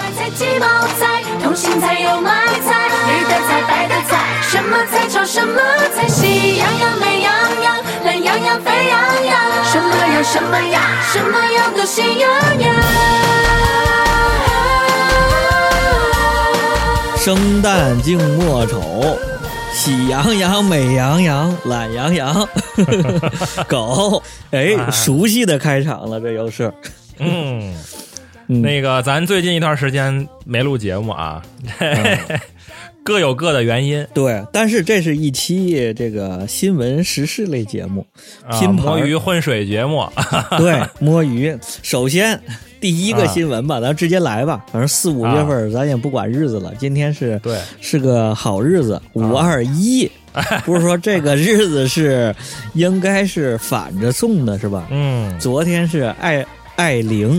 菜鸡毛菜，通心菜有买菜，绿的菜白的菜，什么菜炒什么菜，喜洋洋美洋洋，懒洋洋沸洋洋，什么样什么样，什么样都喜洋洋。 生旦净末丑，喜洋洋美洋洋，懒洋洋。狗，熟悉的开场了，这又是。 那个咱最近一段时间没录节目啊，各有各的原因。 对，但是这是一期这个新闻时事类节目， 摸鱼混水节目。 对，摸鱼。首先第一个新闻吧，咱直接来吧。反正4、5月份咱也不管日子了，今天是个好日子，521。不是说这个日子是应该是反着送的是吧？昨天是爱玲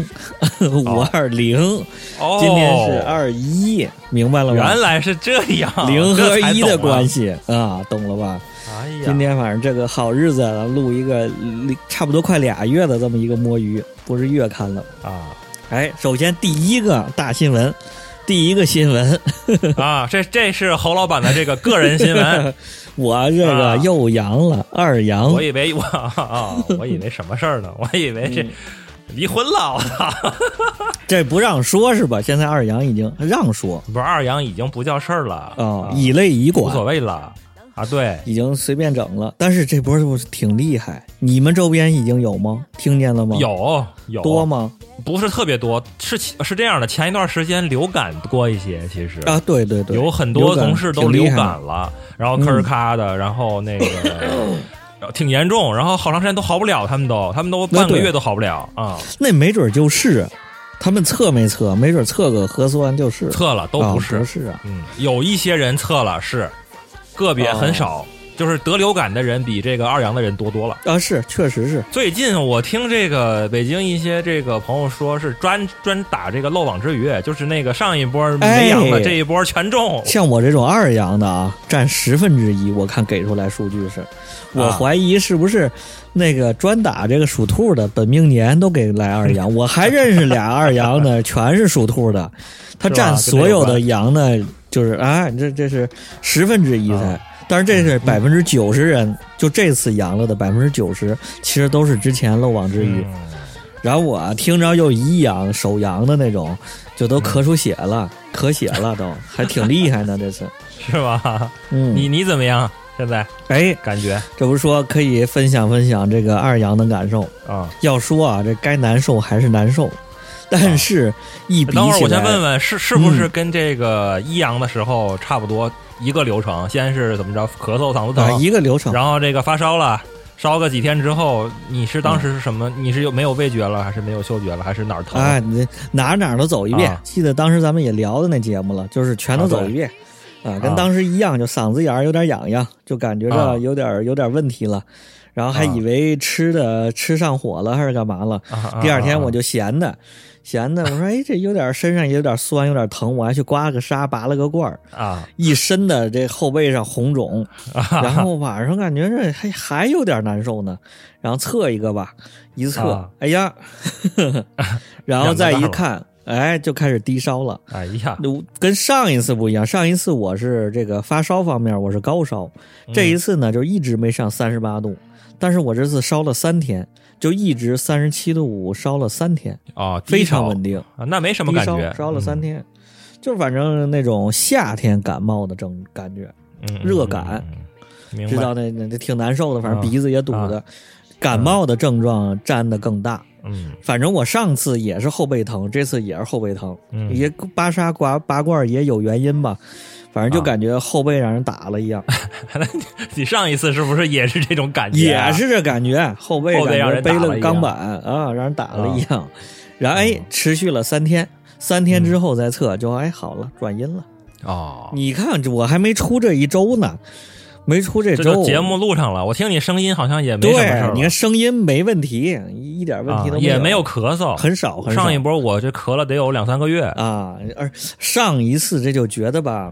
520，今天是21，明白了吗？ 原来是这样 ，0和1的关系啊，懂了吧？ 哎呀， 今天反正这个好日子，咱录一个差不多快2月的这么一个摸鱼，不是月刊了啊。首先第一个大新闻，第一个新闻啊，这是侯老板的这个个人新闻。 我这个又阳了，2阳。 我以为我以为什么事儿呢？我以为是离婚了。 这不让说是吧？现在2阳已经让说， 不是2阳已经不叫事儿了以类以管， 无所谓了啊。对， 已经随便整了。但是这波是挺厉害，你们周边已经有吗？听见了吗？ 有多吗？ 不是特别多，是这样的。前一段时间流感多一些，其实啊，对， 有很多同事都流感了，然后吭儿咔的，然后那个挺严重，然后好长时间都好不了，他们都半个月都好不了啊。 那没准就是他们测没测，没准测个核酸就是测了，都不是， 不是啊。 有一些人测了，是个别很少。就是得流感的人比这个2阳的人多了啊，是，确实是。 最近我听这个北京一些这个朋友说是专打这个漏网之鱼，就是那个上一波没阳的，这一波全中。 像我这种2阳的啊，占1/10，我看给出来数据是，我怀疑是不是那个专打这个属兔的，本命年都给来2阳。我还认识俩2阳的，全是属兔的，他占所有的阳的，就是这是1/10才。但是这是90%人，就这次阳了的90%，其实都是之前漏网之鱼。然后我听着又1阳手阳的那种，就都咳出血了，咳血了都，还挺厉害呢，这次是吧？你怎么样？现在感觉这不是说可以分享这个2阳的感受啊？要说啊，这该难受还是难受。但是一比起来， 等会儿我先问问，是不是跟这个1阳的时候差不多一个流程？先是怎么着，咳嗽、嗓子疼， 一个流程， 然后这个发烧了，烧个几天之后，你是当时是什么？你是没有味觉了，还是没有嗅觉了，还是哪儿疼？ 你哪都走一遍。记得当时咱们也聊的那节目了，就是全都走一遍跟当时一样，就嗓子眼有点痒痒，就感觉着有点问题了。然后还以为吃上火了还是干嘛了，第2天我就闲的，我说这有点身上有点酸有点疼，我还去刮个痧拔了个罐一身的这后背上红肿，然后晚上感觉这还有点难受呢，然后测一个吧，一测哎呀然后再一看就开始低烧了。 哎呀， 跟上一次不一样，上一次我是这个发烧方面我是高烧，这一次呢就一直没上38度，但是我这次烧了3天，就一直37.5度烧了3天非常稳定那没什么感觉， 烧了3天，就反正那种夏天感冒的感觉，热感，知道那挺难受的，反正鼻子也堵的，感冒的症状占的更大。反正我上次也是后背疼，这次也是后背疼，也拔痧拔罐也有原因吧，反正就感觉后背让人打了一样。 你上一次是不是也是这种感觉也是这感觉，后背感觉背了个钢板让人打了一样。然后持续了3天之后再测就好了，转阴了。你看我还没出这一周呢，没出这周， 节目录上了，我听你声音好像也没什么事儿。 对，你看声音没问题，一点问题都没有， 也没有咳嗽， 很少。 上一波我这咳了得有2-3个月而上一次这就觉得吧，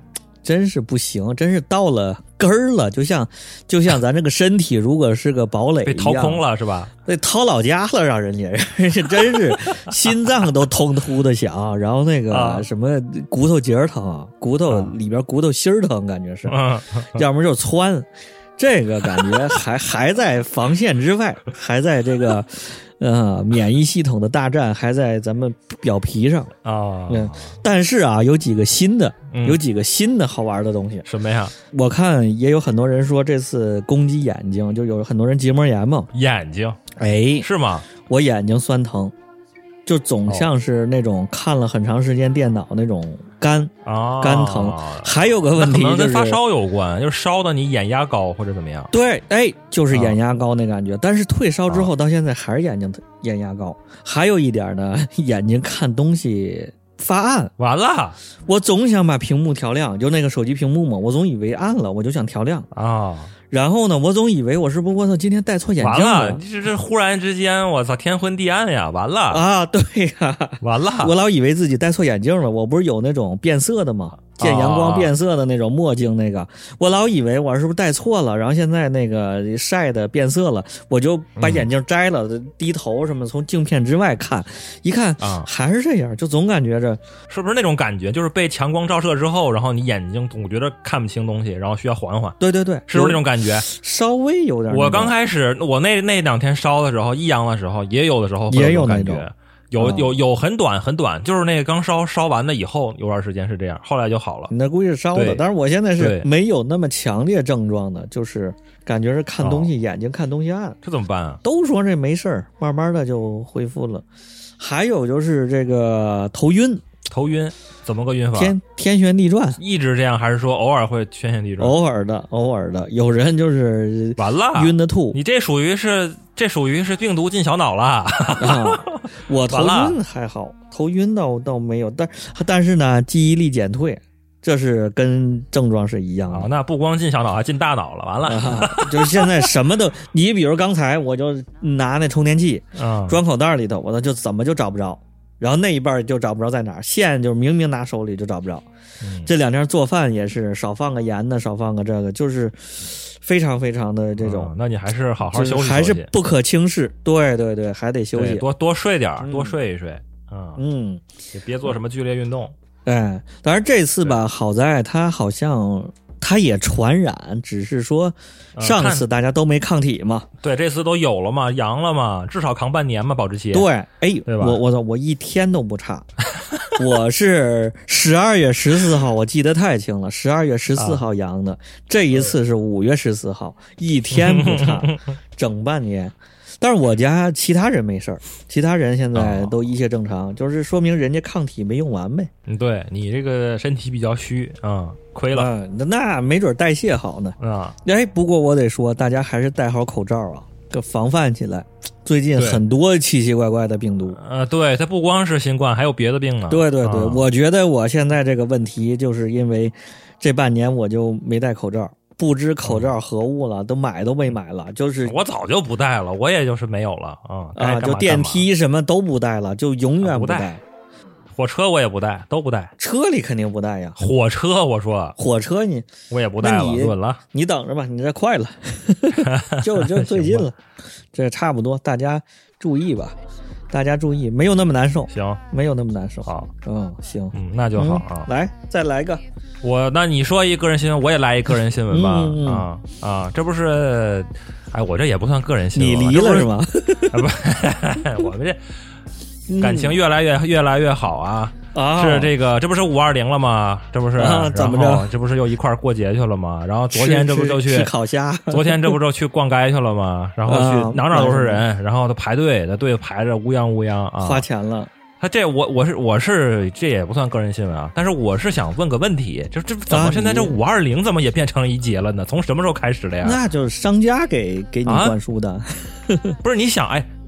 真是不行，真是到了根儿了，就像咱这个身体如果是个堡垒一样， 被掏空了是吧？ 被掏老家了，让人家真是心脏都通突的响，然后那个什么骨头节疼，骨头里边骨头心儿疼，感觉是，要么就窜。这个感觉还在防线之外，还在这个免疫系统的大战还在咱们表皮上啊。但是啊，有几个新的好玩的东西。 什么呀？ 我看也有很多人说这次攻击眼睛，就有很多人结膜炎嘛。 眼睛，是吗？ 我眼睛酸疼。就总像是那种看了很长时间电脑那种干疼。还有个问题就是可能跟发烧有关，就是烧的你眼压高或者怎么样。 对，就是眼压高那感觉。但是退烧之后到现在还是眼压高。还有一点呢，眼睛看东西发暗。 完了，我总想把屏幕调亮，就那个手机屏幕嘛，我总以为暗了，我就想调亮啊。 然后呢，我总以为我是不是我操今天戴错眼镜了？ 完了，这忽然之间，我操，天昏地暗呀！完了啊，对呀， 完了， 我老以为自己戴错眼镜了。我不是有那种变色的吗？见阳光变色的那种墨镜，那个我老以为我是不是戴错了，然后现在那个晒的变色了，我就把眼镜摘了，低头什么从镜片之外看，一看还是这样，就总感觉着是不是那种感觉，就是被强光照射之后，然后你眼睛总觉得看不清东西，然后需要缓缓。 对， 是不是那种感觉？ 稍微有点。 我刚开始我那2天烧的时候，异样的时候，也有的时候会有感觉。有很短，就是那个刚烧完的以后有段时间是这样，后来就好了。 你那估计是烧的，但是我现在是没有那么强烈症状的，就是感觉是看东西眼睛看东西暗。 这怎么办啊？ 都说这没事儿，慢慢的就恢复了。还有就是这个头晕怎么个晕法？ 天旋地转， 一直这样，还是说偶尔会天旋地转？ 偶尔的，有人就是完了晕的吐。 你这属于是病毒进小脑了啊！我头晕还好，头晕倒没有，但是呢，记忆力减退，这是跟症状是一样的。 那不光进小脑，还进大脑了，完了， 就是现在什么都，你比如刚才我就拿那充电器装口袋里头，我就怎么就找不着。然后那一半就找不着在哪儿，线就是明明拿手里就找不着。这2天做饭也是少放个盐呢，少放个这个，就是非常非常的这种。 那你还是好好休息， 还是不可轻视。对，还得休息， 多睡点，多睡一睡。也别做什么剧烈运动。 当然这次吧，好在它好像它也传染，只是说上次大家都没抗体嘛。 对，这次都有了嘛，阳了嘛，至少扛半年嘛，保质期。 对， 对吧？ 我一天都不差。我是12月14号，我记得太清了，12月14号阳的，这一次是5月14号，一天不差，整半年。但是我家其他人没事儿，其他人现在都一切正常，就是说明人家抗体没用完呗。 对，你这个身体比较虚亏了。 那没准代谢好呢。不过我得说，大家还是戴好口罩啊，防范起来。最近很多奇奇怪怪的病毒。 对，它不光是新冠，还有别的病呢。 对，我觉得我现在这个问题，就是因为这半年我就没戴口罩。不知口罩何物了，都没买了。就是我早就不戴了，我也就是没有了就电梯什么都不戴了，就永远不戴。 火车我也不戴，都不戴。 车里肯定不戴呀。 火车我说， 火车我也不戴了，稳了。 你等着吧，你这快了，就最近了，这差不多，大家注意吧。大家注意，没有那么难受。 行， 没有那么难受。 好， 行， 那就好啊。 来，再来个。 那你说一个人新闻，我也来一个人新闻吧。这不是，我这也不算个人新闻。 你离了是吗？ 不，我们这感情越来越好啊。是这不是520了吗？这不是怎么着？ 这不是又一块过节去了吗？然后昨天这不就去烤虾？ 昨天这不就去逛街去了吗？然后去哪都是人，然后他排队，那队排着乌泱啊， 花钱了。 他这我是这也不算个人新闻啊，但是我是想问个问题，就这怎么现在这520怎么也变成一节了呢？从什么时候开始的呀？ 那就是商家给你灌输的。 不是你想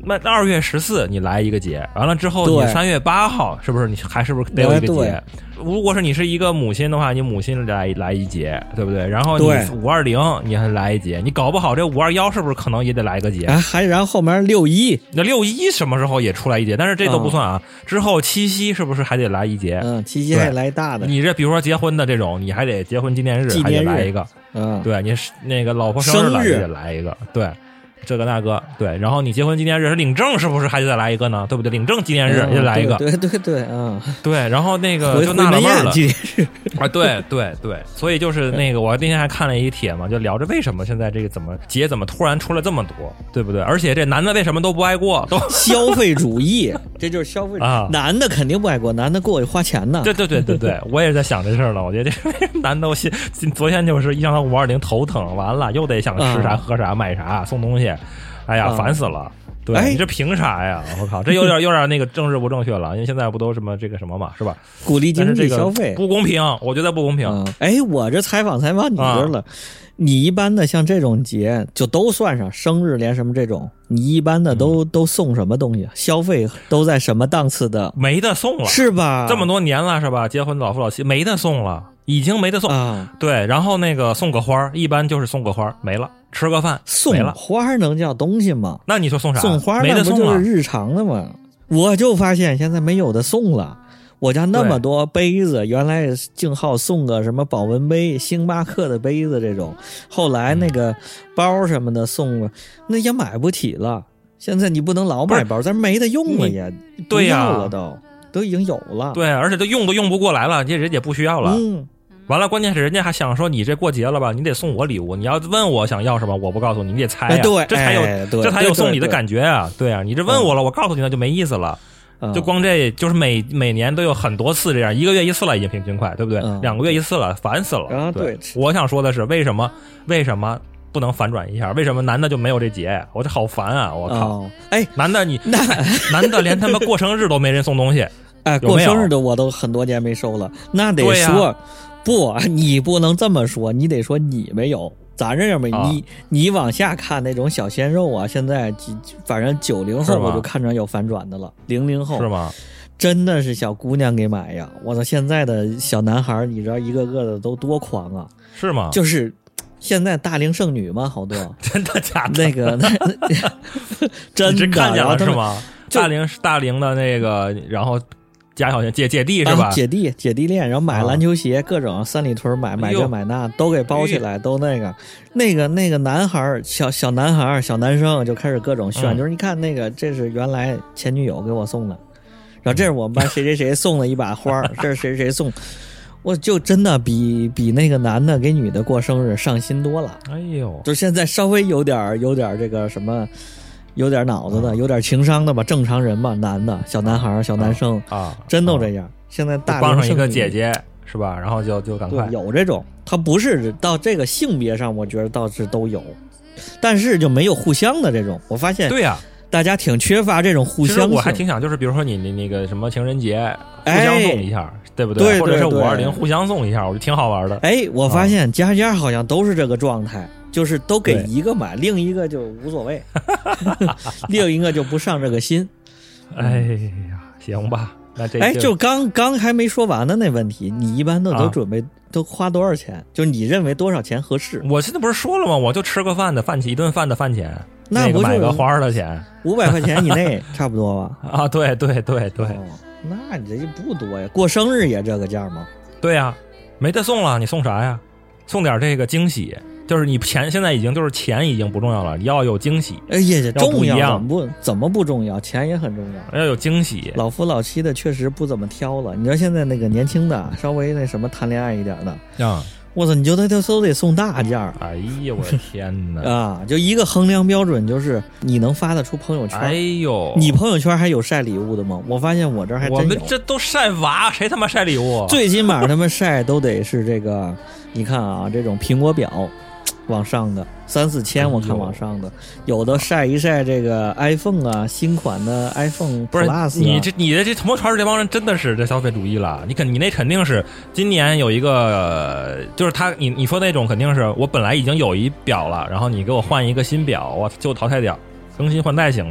那2月14你来一个节，完了之后你3月8号是不是你还是不是得有一个节？如果是你是一个母亲的话，你母亲来一节，对不对？然后你520你还来一节，你搞不好这521是不是可能也得来一个节？ 还然后后面6·1， 那6·1什么时候也出来一节？但是这都不算啊。之后7夕是不是还得来一节？ 7夕还来大的。 你这比如说结婚的这种，你还得结婚纪念日还得来一个，对你那个老婆生日了也得来一个，对。这个那个对，然后你结婚纪念日领证是不是还得再来一个呢？对不对？领证纪念日也得来一个， 对， 对，然后那个就纳了闷了啊，对，所以就是那个我那天还看了一帖嘛，就聊着为什么现在这个怎么突然出了这么多，对不对？而且这男的为什么都不爱过，都消费主义，这就是消费啊，男的肯定不爱过，男的过去花钱呢。 对，我也是在想这事儿了。我觉得这男的，昨天就是一想到520头疼，完了又得想吃啥喝啥买啥送东西。哎呀，烦死了！对，你这凭啥呀？我靠，这有点那个政治不正确了，因为现在不都什么这个什么嘛，是吧？ 鼓励经济消费不公平，我觉得不公平。 我这采访你这儿了，你一般的像这种节就都算上生日连什么这种，你一般的都送什么东西？消费都在什么档次的？ 没得送了， 是吧？ 这么多年了，是吧？结婚老夫老妻没得送了。已经没得送对，然后那个送个花，一般就是送个花没了，吃个饭没了。 送花能叫东西吗？ 那你说送啥？ 送花没得送了， 那不就是日常的吗？我就发现现在没有的送了。我家那么多杯子，原来净好送个什么保温杯、星巴克的杯子这种，后来那个包什么的送了，那也买不起了。现在你不能老买包，咱没得用了也， 对呀， 了都已经有了。 对，而且都用不过来了，这人也不需要了。完了，关键是人家还想说你这过节了吧，你得送我礼物。你要问我想要什么，我不告诉你，你得猜呀。 对， 这才有送礼的感觉啊。对啊，你这问我了，我告诉你那就没意思了。就光这就是每年都有很多次这样，1个月1次了已经平均快，对不对？2个月1次了，烦死了。对，我想说的是，为什么不能反转一下？为什么男的就没有这节？我这好烦啊！我靠！男的男的连他妈过生日都没人送东西。 过生日的我都很多年没收了，那得说。不，你不能这么说，你得说你没有，咱这样没。你往下看那种小鲜肉啊，现在反正90后我就看着有反转的了，00后是吗？ 真的是小姑娘给买呀！我操，现在的小男孩你知道一个个的都多狂啊！ 是吗？ 就是现在大龄剩女嘛，好多真的假的？ 那个真的， 你看见了是吗？大龄的那个，然后。家小姐弟是吧？ 姐弟恋，然后买篮球鞋，各种三里屯买这买那都给包起来，都那个男孩小男孩小男生就开始各种炫，就是你看那个这是原来前女友给我送的，然后这是我们班谁送了一把花，这是谁送，我就真的比那个男的给女的过生日上心多了。 哎呦， 就现在稍微有点这个什么。有点脑子的，有点情商的吧，正常人吧，男的小男孩小男生真都这样。现在大帮上一个姐姐是吧？然后就赶快有这种，他不是到这个性别上，我觉得倒是都有，但是就没有互相的这种。我发现对呀， 大家挺缺乏这种互相性。 我还挺想，就是比如说你那个什么情人节互相送一下，对不对？或者是520互相送一下，我就挺好玩的。 我发现家好像都是这个状态。就是都给一个买，另一个就无所谓，另一个就不上这个心。 哎呀，行吧，那这就刚还没说完的那问题，你一般都准备都花多少钱？就你认为多少钱合适？ 我现在不是说了吗？我就吃个饭的饭钱，一顿饭的饭钱， 那不买个花的钱 ，500块钱以内差不多吧？ 啊，对， 那你这不多呀？过生日也这个价吗？ 对呀，没得送了，你送啥呀？送点这个惊喜。就是你钱现在已经就是钱已经不重要了，要有惊喜。 这重要怎么不重要？钱也很重要， 要有惊喜。 老夫老妻的确实不怎么挑了。你知道现在那个年轻的稍微那什么谈恋爱一点的我操，你就都得送大件。 哎呀，我的天哪！ 就一个衡量标准就是你能发得出朋友圈。 哎呦， 你朋友圈还有晒礼物的吗？我发现我这还真有。 我们这都晒娃，谁他妈晒礼物？ 最起码他们晒都得是这个，你看啊，这种苹果表。往上的3-4千，我看往上的有的晒一晒这个 iPhone 啊，新款的 iPhone Plus。 你的这朋友圈这帮人真的是这消费主义了。你那肯定是今年有一个，就是你说那种肯定是我本来已经有一表了，然后你给我换一个新表，我就淘汰掉，更新换代型的，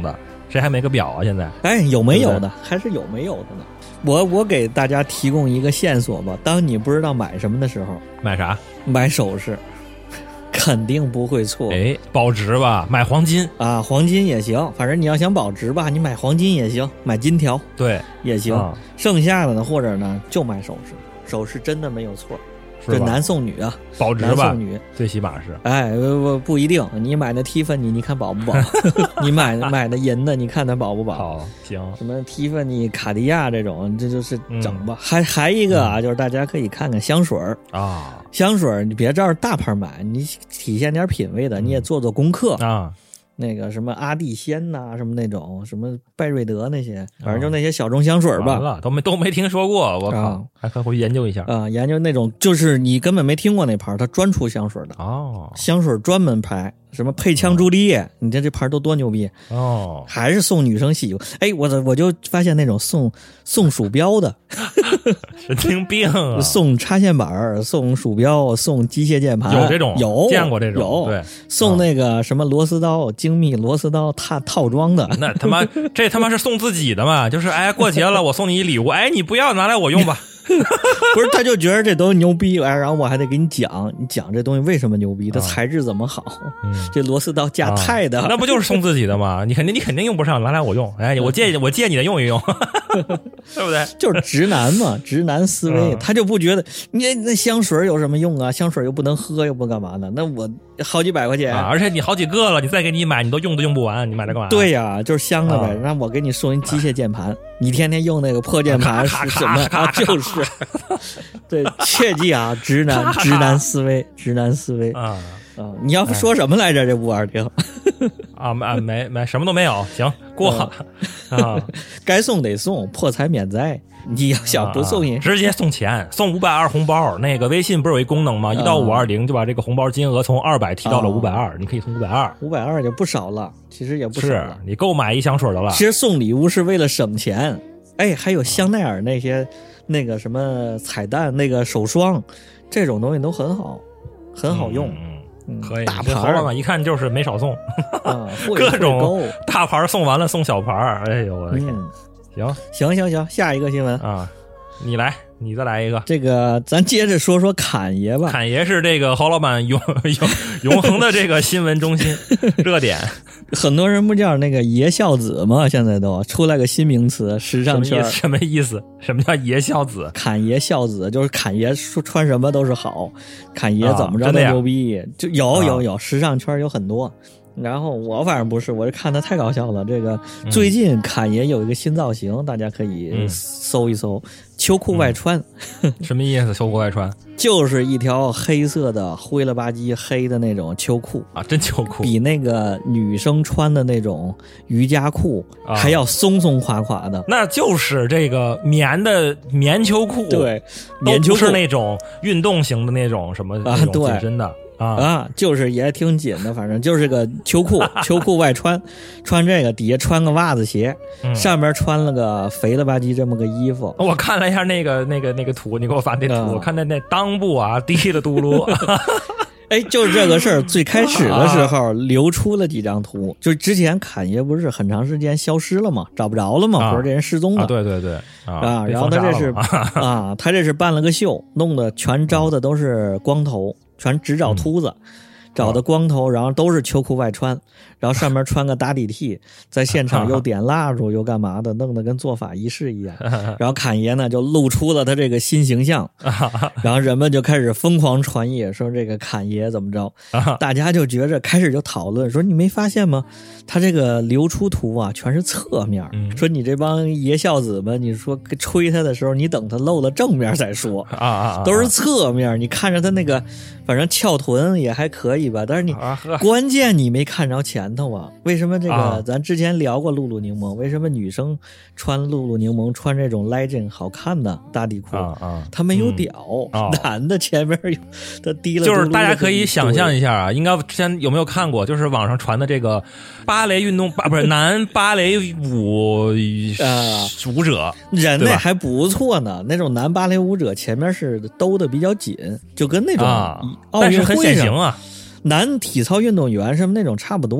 谁还没个表啊？现在有没有的，还是有没有的呢？我给大家提供一个线索吧，当你不知道买什么的时候， 买啥？ 买首饰，肯定不会错。 保值吧，买黄金啊，黄金也行，反正你要想保值吧，你买黄金也行，买金条对也行。剩下的呢，或者呢就买首饰，首饰真的没有错。这男送女啊， 保值吧？ 男送女最起码是。 不一定。你买的蒂芬尼，你看保不保？你买的银的，你看它保不保？ 好，行。 什么蒂芬尼、卡地亚这种，这就是整吧。还一个啊，就是大家可以看看香水啊，香水你别照着大牌买，你体现点品味的，你也做功课啊。那个什么阿蒂仙呐，什么那种什么拜瑞德那些，反正就那些小众香水吧， 都没听说过，我靠，还可以回去研究一下啊，研究那种就是你根本没听过那牌，它专出香水的哦， 香水专门牌，什么配枪朱丽叶，你这牌都多牛逼哦， 还是送女生喜欢。我就发现那种送鼠标的， 神经病啊！ 送插线板，送鼠标，送机械键盘， 有这种， 有见过这种， 有对， 送那个什么螺丝刀，精密螺丝刀套装的， 那这他妈是送自己的嘛？就是过节了，我送你一礼物，你不要拿来我用吧。 不是，他就觉得这东西牛逼，然后我还得给你讲这东西为什么牛逼，它材质怎么好，这螺丝刀加钛的， 那不就是送自己的吗？你肯定用不上，拿来我用，我借你的用一用，对不对？ 就是直男嘛，直男思维，他就不觉得你那香水有什么用啊？香水又不能喝，又不干嘛的？那我好几百块钱而且你好几个了，你再给你买，你都用不完，你买它干嘛？ 对呀，就是香的呗。那我给你送一机械键盘，你天天用那个破键盘是什么？就是对，切记啊，直男思维啊！你要说什么来着？这520 啊，没什么都没有，行过啊， 该送得送，破财免灾。你要想不送也直接送钱，送520红包。那个微信不是有一功能吗？1到520就把这个红包金额从200提到了520，你可以送 520就不少了，其实也不少了。 是你够买一香水的了。 其实送礼物是为了省钱。还有香奈儿那些那个什么彩蛋，那个手霜，这种东西都很好用。 可以， 大牌老板一看就是没少送各种大牌送完了送小牌。哎呦我的天！ 行，下一个新闻啊，你再来一个。 这个咱接着说侃爷吧。 侃爷是这个侯老板永恒的这个新闻中心热点。 很多人不叫那个爷孝子吗？现在都出来个新名词，时尚圈什么意思？什么叫爷孝子？ 侃爷孝子就是侃爷穿什么都是好，侃爷怎么着都牛逼。就有时尚圈有很多。然后我反正不是，我是看他太搞笑了。这个最近侃爷有一个新造型，大家可以搜一搜，秋裤外穿。 什么意思？秋裤外穿就是一条黑色的灰了吧唧黑的那种秋裤啊，真秋裤， 比那个女生穿的那种瑜伽裤还要松松垮垮的。 那就是这个棉秋裤， 对，棉秋裤都不是那种运动型的那种什么那种紧身的。 就是也挺紧的，反正就是个秋裤外穿这个，底下穿个袜子鞋，上面穿了个肥了吧唧这么个衣服。 我看了一下那个图，你给我发那图，我看那裆部啊低的嘟噜。 就是这个事儿，最开始的时候流出了几张图，就是之前侃爷不是很长时间消失了嘛，找不着了嘛，或者这人失踪了。 对然后他这是他这是办了个秀，弄得全招的都是光头。全只找秃子，找的光头，然后都是秋裤外穿，然后上面穿个打底 T， 在现场又点蜡烛又干嘛的，弄得跟做法仪式一样。然后侃爷呢就露出了他这个新形象，然后人们就开始疯狂传译，说这个侃爷怎么着，大家就觉着开始就讨论说，你没发现吗？他这个流出图啊全是侧面，说你这帮爷孝子们，你说吹他的时候，你等他露了正面再说都是侧面，你看着他那个反正翘臀也还可以吧，但是你关键你没看着前头啊。为什么这个咱之前聊过露露柠檬，为什么女生穿露露柠檬穿这种 legend 好看的大底裤他没有屌男的前面有他低了， 就是大家可以想象一下啊，应该之前有没有看过，就是网上传的这个芭蕾运动不是男芭蕾舞舞者， 人类还不错呢，那种男芭蕾舞者前面是兜的比较紧，就跟那种奥运会上但是很显形啊， 男体操运动员什么那种差不多。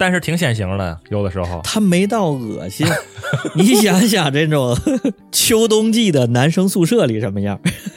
但是挺显形的，有的时候他没到恶心。你想想这种秋冬季的男生宿舍里什么样？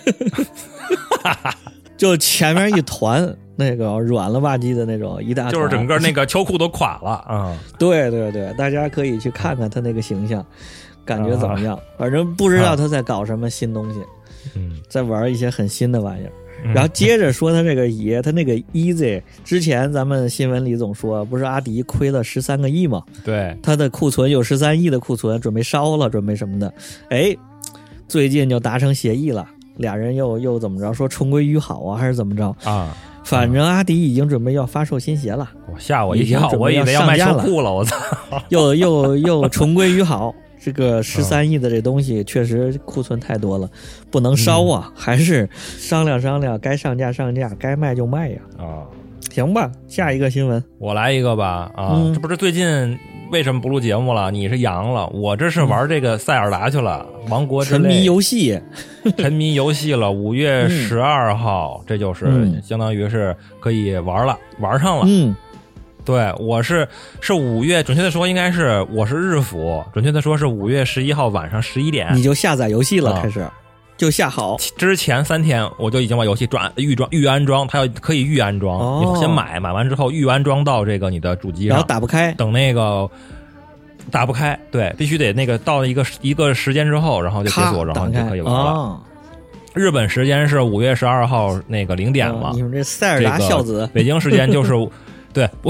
就前面一团那个软了吧唧的那种一大团， 就是整个那个秋裤都垮了啊！ 对对对，大家可以去看看他那个形象，感觉怎么样？反正不知道他在搞什么新东西，在玩一些很新的玩意儿。然后接着说他这个爷，他那个 Easy， 之前咱们新闻里总说，不是阿迪亏了13个亿吗？ 对， 他的库存有13亿的库存，准备烧了，准备什么的。哎，最近就达成协议了，俩人又怎么着？说重归于好啊，还是怎么着啊？ 反正阿迪已经准备要发售新鞋了， 吓我一跳，我以为要卖秋裤了，我操！ 又重归于好。这个13亿的这东西确实库存太多了，不能烧啊，还是商量商量，该上架上架，该卖就卖呀。行吧，下一个新闻我来一个吧。这不是最近为什么不录节目了？你是阳了，我这是玩这个塞尔达去了，王国之泪， 沉迷游戏， 沉迷游戏了。5月12号，这就是相当于是可以玩了，玩上了。对，我是5月，准确的说应该是我是日服，准确的说是5月11号晚上11点， 你就下载游戏了，开始就下好。 之前3天我就已经把游戏预安装，它可以预安装，你先买完之后预安装到这个你的主机上， 然后打不开， 等那个打不开，对，必须得那个到一个时间之后，然后就解锁，然后你就可以玩了。日本时间是5月12号那个0点嘛， 你们这塞尔达孝子， 北京时间就是对我。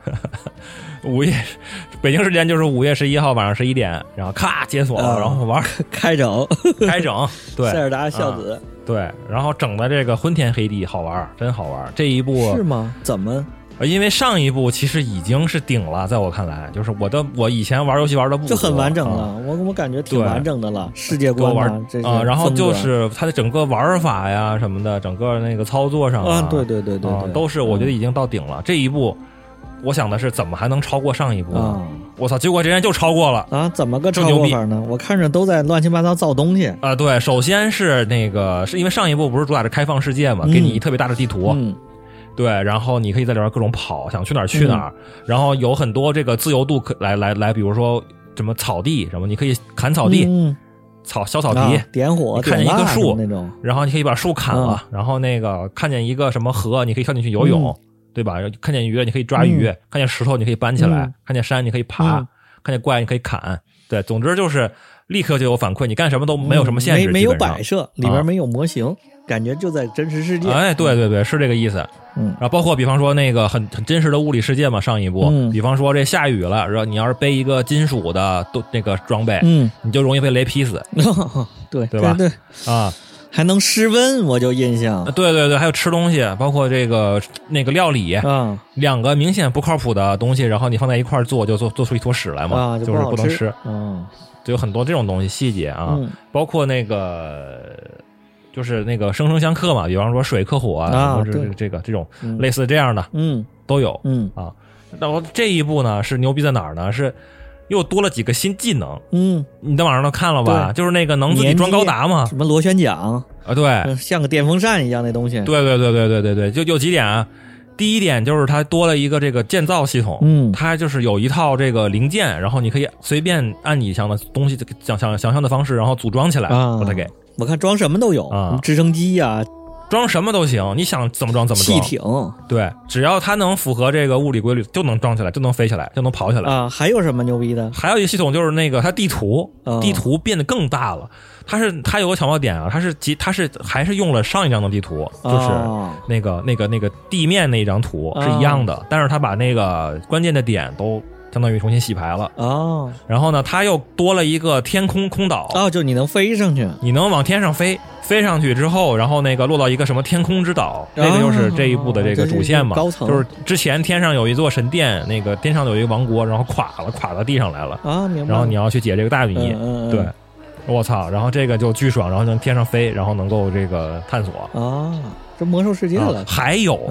北京时间就是5月11号晚上11点，然后咔解锁，然后玩开整， 对， 塞尔达孝子， 对，然后整的这个昏天黑地，好玩，真好玩。这一部是吗？怎么？ 因为上一部其实已经是顶了，在我看来，就是我以前玩游戏玩的不就很完整了，我感觉挺完整的了，世界观啊，然后就是它的整个玩法呀什么的，整个那个操作上啊， 对， 都是我觉得已经到顶了。这一部。我想的是怎么还能超过上一部我操！结果竟然就超过了啊！怎么个超过法呢？我看着都在乱七八糟造东西啊！对，首先是那个是因为上一部不是主打着开放世界嘛，给你一特别大的地图，对，然后你可以在里边各种跑，想去哪儿去哪儿，然后有很多这个自由度来，比如说什么草地什么，你可以砍草地，小草地， 点火， 看见一个树那种， 然后你可以把树砍了，然后那个看见一个什么河，你可以跳进去游泳。对吧？看见鱼你可以抓鱼，看见石头你可以搬起来，看见山你可以爬，看见怪你可以砍。对，总之就是立刻就有反馈，你干什么都没有什么限制， 没有摆设，里边没有模型，感觉就在真实世界。 哎，对，是这个意思。然后包括比方说那个很真实的物理世界嘛，上一部，比方说这下雨了，然后你要是背一个金属的那个装备，你就容易被雷劈死， 对吧？ 对啊。 还能湿温，我就印象。 对，还有吃东西，包括这个那个料理，两个明显不靠谱的东西，然后你放在一块做，就做出一坨屎来嘛，就是不能吃。就有很多这种东西细节啊，包括那个就是那个生生相克嘛，比方说水克火啊，这种类似这样的，都有，啊。然后这一步呢是牛逼在哪儿呢？是。又多了几个新技能，你在网上都看了吧？就是那个能自己装高达嘛， 什么螺旋桨啊，对， 像个电风扇一样那东西。 对，就有几点啊。第一点就是它多了一个这个建造系统，它就是有一套这个零件，然后你可以随便按你想的东西想象的方式，然后组装起来，把它给。 我看装什么都有啊，直升机呀。 装什么都行，你想怎么装怎么装。 汽艇， 对，只要它能符合这个物理规律，就能装起来，就能飞起来，就能跑起来啊。还有什么牛逼的？ 还有一个系统就是那个它地图变得更大了。它有个巧妙点啊，它还是用了上一张的地图，就是那个地面那一张图是一样的，但是它把那个关键的点都相当于重新洗牌了然后呢，它又多了一个天空空岛就你能飞上去， 你能往天上飞上去之后，然后那个落到一个什么天空之岛，这个就是这一部的这个主线嘛， 高层就是之前天上有一座神殿，那个天上有一个王国，然后垮到地上来了明白。 然后你要去解这个大谜，对，我操，然后这个就巨爽，然后能天上飞，然后能够这个探索这魔兽世界了。 还有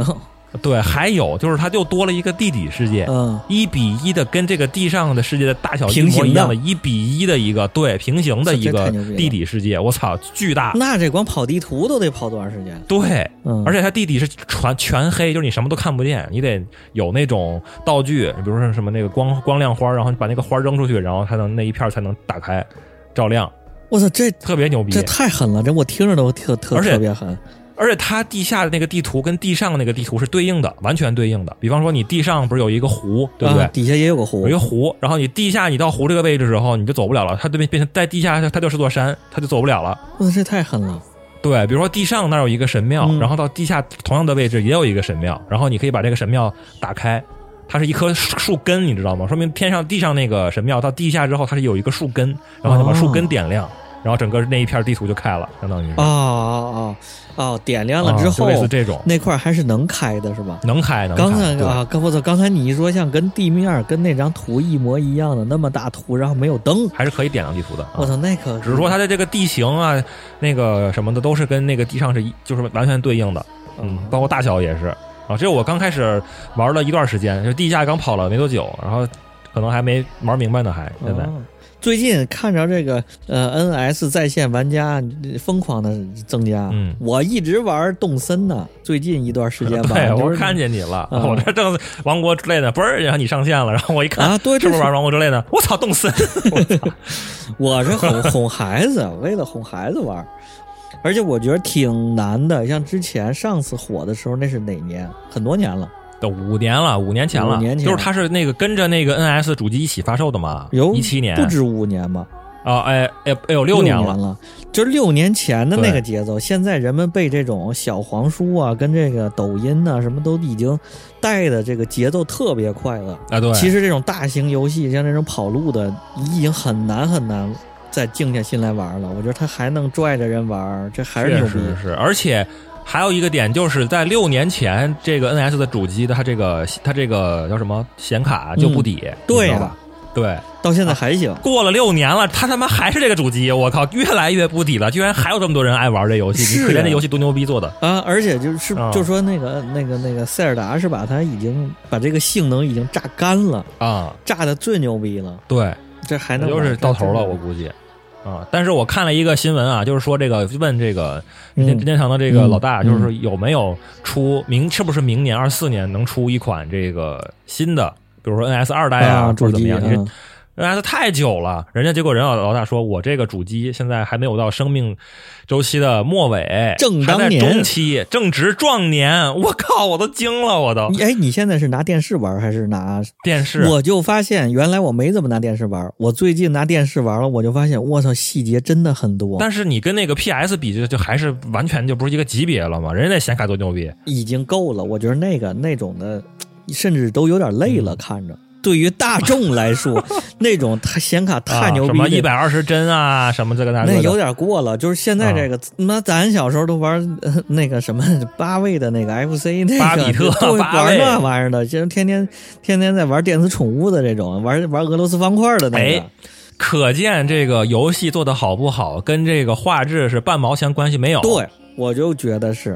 对，还有就是它就多了一个地底世界，1:1的跟这个地上的世界的大小一模一样的1:1的一个对平行的一个地底世界，我操，巨大！ 那这光跑地图都得跑多长时间？ 对，而且它地底是全黑，就是你什么都看不见，你得有那种道具，比如说什么那个光亮花，然后把那个花扔出去，然后它能那一片才能打开照亮。 我操，这特别牛逼， 这太狠了！这我听着都特别狠。 而且它地下的那个地图跟地上的那个地图是对应的，完全对应的。比方说你地上不是有一个湖，对不对？ 底下也有个湖， 有一个湖，然后你地下你到湖这个位置之后，你就走不了了，它就变成在地下，它就是座山，它就走不了了。 哇，这太狠了。 对，比如说地上那有一个神庙，然后到地下同样的位置也有一个神庙，然后你可以把这个神庙打开，它是一棵树根，你知道吗？说明地上那个神庙到地下之后，它是有一个树根，然后你把树根点亮。然后整个那一片地图就开了，相当于点亮了之后， 类似这种那块还是能开的，是吧？ 能开。 刚才我操！刚才你一说像跟地面跟那张图一模一样的那么大图，然后没有灯， 还是可以点亮地图的。 我操，那可只是说它的这个地形啊，那个什么的都是跟那个地上就是完全对应的，包括大小也是啊。这我刚开始玩了一段时间，就地下刚跑了没多久，然后可能还没玩明白呢，还现在。 最近看着这个NS 在线玩家疯狂的增加，我一直玩动森呢，最近一段时间吧， 对，我看见你了，我这正王国之类的，不是，然后你上线了，然后我一看对， 是不是玩王国之类的？我操，动森！ 我是哄孩子，为了哄孩子玩，而且我觉得挺难的。像之前上次火的时候，那是哪年？很多年了。 都5年了，5年前了，就是它是那个跟着那个 NS 主机一起发售的嘛，17年， 不止5年吧？ 有6年了，就是6年前的那个节奏。现在人们被这种小黄书啊，跟这个抖音啊，什么都已经带的这个节奏特别快了啊。对， 其实这种大型游戏，像这种跑路的，已经很难再静下心来玩了。我觉得他还能拽着人玩，这还是牛逼。 是，而且。还有一个点就是在6年前，这个 NS 的主机的它这个叫什么显卡就不抵， 对吧？对， 到现在还行。 过了6年了，他妈还是这个主机，我靠，越来越不抵了，居然还有这么多人爱玩这游戏，你可见这游戏多牛逼做的啊！而且就说那个塞尔达是吧？他已经把这个性能已经榨干了啊， 榨的最牛逼了。 对， 这还能就是到头了，我估计。但是我看了一个新闻啊，就是说问这个任天堂的这个老大，就是有没有是不是明年24年能出一款这个新的，比如说 NS 2代啊，或者怎么样？NS 太久了，结果人家老大说，我这个主机现在还没有到生命周期的末尾，还在中期，正值壮年。我靠，我都惊了，我都。 你现在是拿电视玩还是拿电视？ 我就发现原来我没怎么拿电视玩，我最近拿电视玩了，我就发现我操，细节真的很多。 但是你跟那个 PS 比，就还是完全就不是一个级别了嘛。人家那显卡多牛逼， 已经够了。我觉得那种的，甚至都有点累了，看着。对于大众来说，那种显卡太牛逼了， 什么120帧啊，什么这个那有点过了。就是现在这个，咱小时候都玩那个什么8位的那个 FC 那个巴比特， 玩那玩意儿的，就是天天在玩电子宠物的这种，玩俄罗斯方块的那个。 可见这个游戏做的好不好，跟这个画质是半毛钱关系没有。 对，我就觉得是。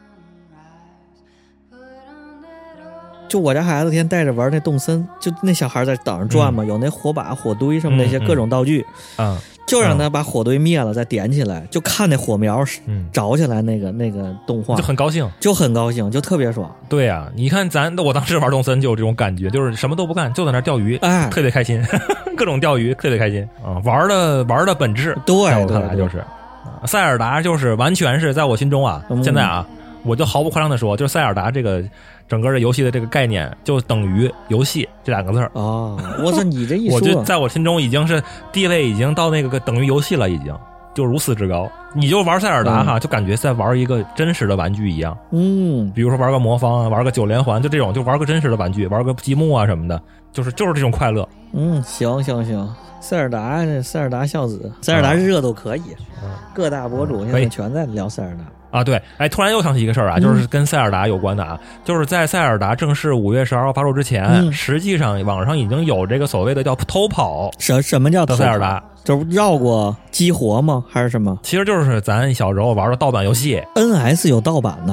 就我家孩子天天带着玩那动森，就那小孩在岛上转嘛，有那火把、火堆什么那些各种道具，就让他把火堆灭了再点起来，就看那火苗着起来那个动画， 就很高兴， 就特别爽。 对啊，你看我当时玩动森就有这种感觉，就是什么都不干，就在那钓鱼，特别开心，各种钓鱼特别开心啊，玩的本质。 对， 在我看来就是塞尔达就是完全是在我心中啊，现在啊，我就毫不夸张的说，就是塞尔达这个。整个的游戏的这个概念就等于游戏这2个字儿我说你这一说， 我就在我心中已经是地位已经到那个等于游戏了，已经就如此之高。你就玩塞尔达就感觉在玩一个真实的玩具一样。比如说玩个魔方啊，玩个9连环，就这种就玩个真实的玩具，玩个积木啊什么的，就是这种快乐。 行，塞尔达孝子，塞尔达热度可以，各大博主现在全在聊塞尔达。 对，突然又想起一个事儿啊，就是跟塞尔达有关的啊，就是在塞尔达正式5月12号发售之前，实际上网上已经有这个所谓的叫偷跑。 什么叫偷跑？ 塞尔达就是绕过激活吗？还是什么？ 其实就是咱小时候玩的盗版游戏。 NS 有盗版呢。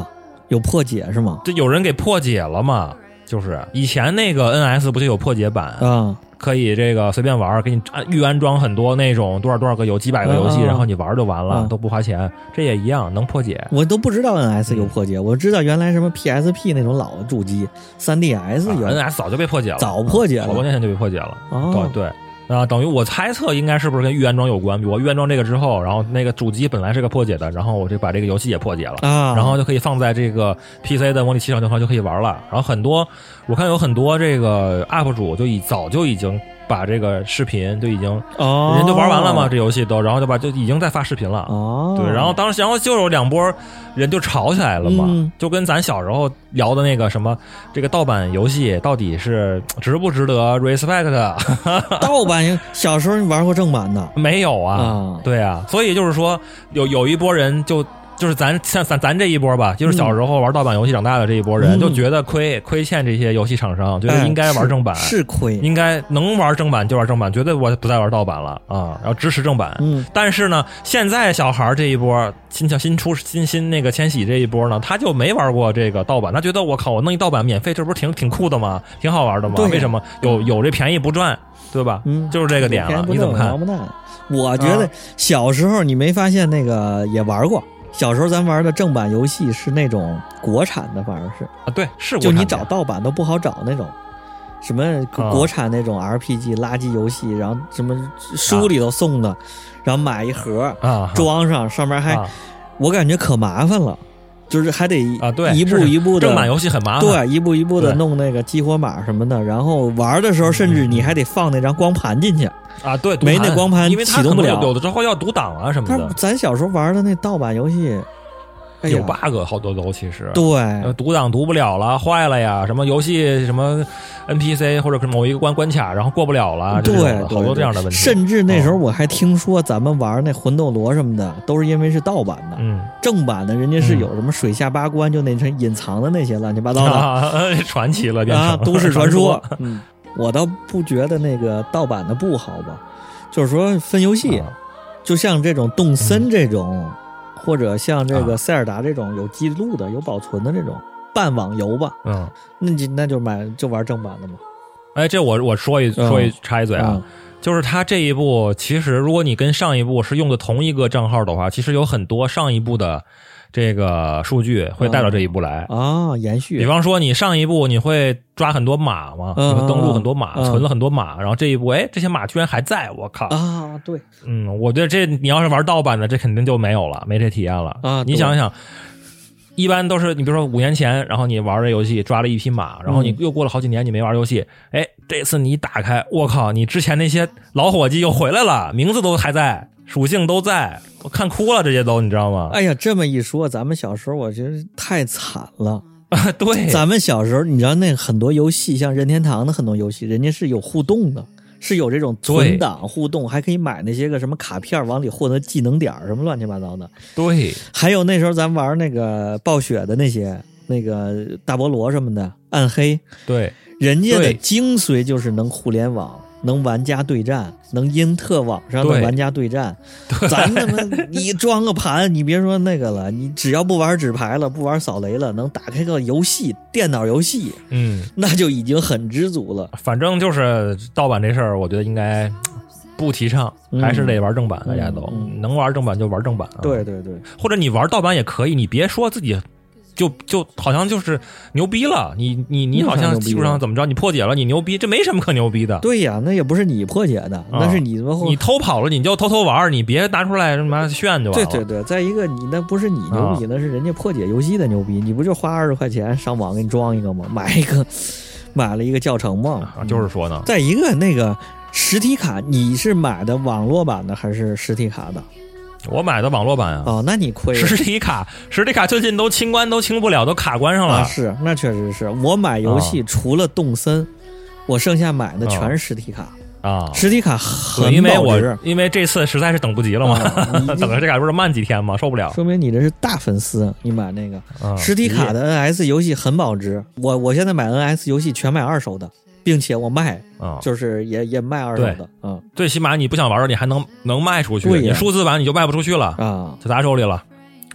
有破解是吗？ 这有人给破解了嘛？就是以前那个 NS 不就有破解版啊？ 可以这个随便玩，给你预安装很多那种多少个有几百个游戏，然后你玩就完了，都不花钱。这也一样能破解。 我都不知道 NS 有破解，我知道原来什么 PSP 那种老的主机 3DS 有 ，NS 早就被破解了， 早破解了， 好多年前就被破解了。对。等于我猜测应该是不是跟预安装有关？我预安装这个之后，然后那个主机本来是个破解的，然后我就把这个游戏也破解了然后就可以放在这个 PC 的模拟器上的话就可以玩了。然后我看有很多这个 UP 主早就已经把这个视频就已经人就玩完了嘛，这游戏都，然后就已经在发视频了对，然后就有两波人就吵起来了嘛，就跟咱小时候聊的那个什么这个盗版游戏到底是值不值得 respect 盗版小时候你玩过正版的没有啊对啊，所以就是说有一波人就是咱这一波吧，就是小时候玩盗版游戏长大的这一波人，就觉得亏欠这些游戏厂商，觉得应该玩正版， 是亏， 应该能玩正版就玩正版，绝对我不再玩盗版了然后支持正版。但是呢，现在小孩这一波新那个千禧这一波呢，他就没玩过这个盗版，他觉得我靠，我弄一盗版免费，这不是挺酷的吗？挺好玩的吗？为什么有这便宜不赚，对吧？就是这个点了，你怎么看？ 我觉得小时候你没发现那个也玩过。小时候咱玩的正版游戏是那种国产的，反而是对，是国产的， 就你找盗版都不好找那种，什么国产那种 RPG 垃圾游戏，然后什么书里头送的，然后买一盒装上面还我感觉可麻烦了，就是还得一步一步的正版游戏很麻烦， 对，一步一步的弄那个激活码什么的，然后玩的时候甚至你还得放那张光盘进去对， 没那光盘启动不了， 有的时候要读档啊什么的。 咱小时候玩的那盗版游戏有 bug， 好多都其实对读档读不了了，坏了呀，什么游戏什么 NPC 或者某一个关卡然后过不了了， 对， 好多这样的问题。 甚至那时候我还听说咱们玩那魂斗罗什么的都是因为是盗版的，正版的人家是有什么水下八关就那层隐藏的那些乱七八糟的传奇了变成都市传说我倒不觉得那个盗版的不好吧，就是说分游戏就像这种动森这种或者像这个塞尔达这种有记录的有保存的这种半网游吧那就玩正版的嘛。 这我说一插一嘴就是它这一部其实如果你跟上一部是用的同一个账号的话，其实有很多上一部的这个数据会带到这一步来延续。 比方说你上一步你会抓很多码嘛，你会登录很多码存了很多码，然后这一步这些码居然还在，我靠对我觉得这你要是玩盗版的这肯定就没有了，没这体验了你想想一般都是你比如说5年前然后你玩这游戏抓了一批码，然后你又过了好几年你没玩游戏这次你一打开，我靠，你之前那些老伙计又回来了，名字都还在，属性都在，我看哭了，这些都你知道吗？ 哎呀，这么一说咱们小时候我觉得太惨了对， 咱们小时候你知道那很多游戏像任天堂的很多游戏人家是有互动的，是有这种存档互动，还可以买那些个什么卡片往里获得技能点什么乱七八糟的。 对， 还有那时候咱玩那个暴雪的那些那个大菠萝什么的暗黑， 对， 人家的精髓就是能互联网，能玩家对战，能因特网上的玩家对战。咱他妈你装个盘，你别说那个了，你只要不玩纸牌了，不玩扫雷了，能打开个游戏，电脑游戏，那就已经很知足了。 反正就是盗版这事儿，我觉得应该不提倡，还是得玩正版。大家都能玩正版就玩正版。 对对对， 或者你玩盗版也可以，你别说自己。就好像就是牛逼了，你好像技术上怎么着，你破解了，你牛逼，这没什么可牛逼的。 对呀，那也不是你破解的，那是你偷跑了，你就偷玩，你别拿出来什么炫就完了。 对对对，再一个你那不是你牛逼，那是人家破解游戏的牛逼，你不就花20块钱上网给你装一个吗？买了一个教程嘛。 就是说呢。 再一个那个实体卡，你是买的网络版的还是实体卡的？ 我买的网络版啊。 那你亏了。 实体卡最近都清关都清不了，都卡关上了。 是，那确实是我买游戏除了动森，我剩下买的全是实体卡实体卡很保值， 因为这次实在是等不及了嘛，等着这卡不是慢几天吗？受不了。 说明你这是大粉丝，你买那个实体卡的 NS 游戏很保值。我现在买 NS 游戏全买二手的。并且我卖就是也卖二手的最起码你不想玩了，你还能卖出去。你数字版你就卖不出去了就砸手里了。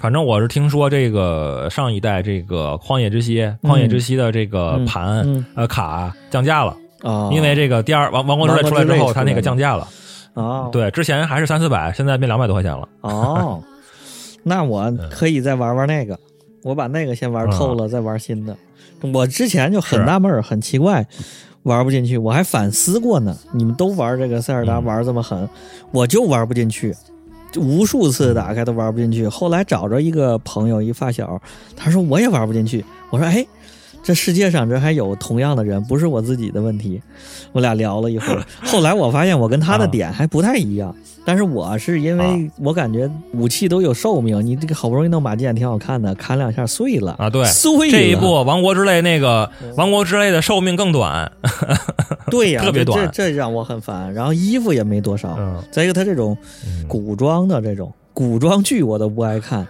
反正我是听说这个上一代这个旷野之息的这个盘卡降价了因为这个第二王国之泪出来之后，它那个降价了对，之前还是300-400，现在变200多块钱了那我可以再玩玩那个，我把那个先玩透了，再玩新的。我之前就很纳闷很奇怪玩不进去，我还反思过呢，你们都玩这个塞尔达玩这么狠我就玩不进去，无数次打开都玩不进去。后来找着一个朋友一发小，他说我也玩不进去，我说哎，这世界上这还有同样的人，不是我自己的问题。我俩聊了一会儿，后来我发现我跟他的点还不太一样，但是我是因为我感觉武器都有寿命，你这个好不容易弄把剑挺好看的，砍两下碎了对， 碎了。 这一部王国之泪王国之泪的寿命更短对呀， 特别短， 这让我很烦。然后衣服也没多少再一个他这种古装的这种古装剧我都不爱看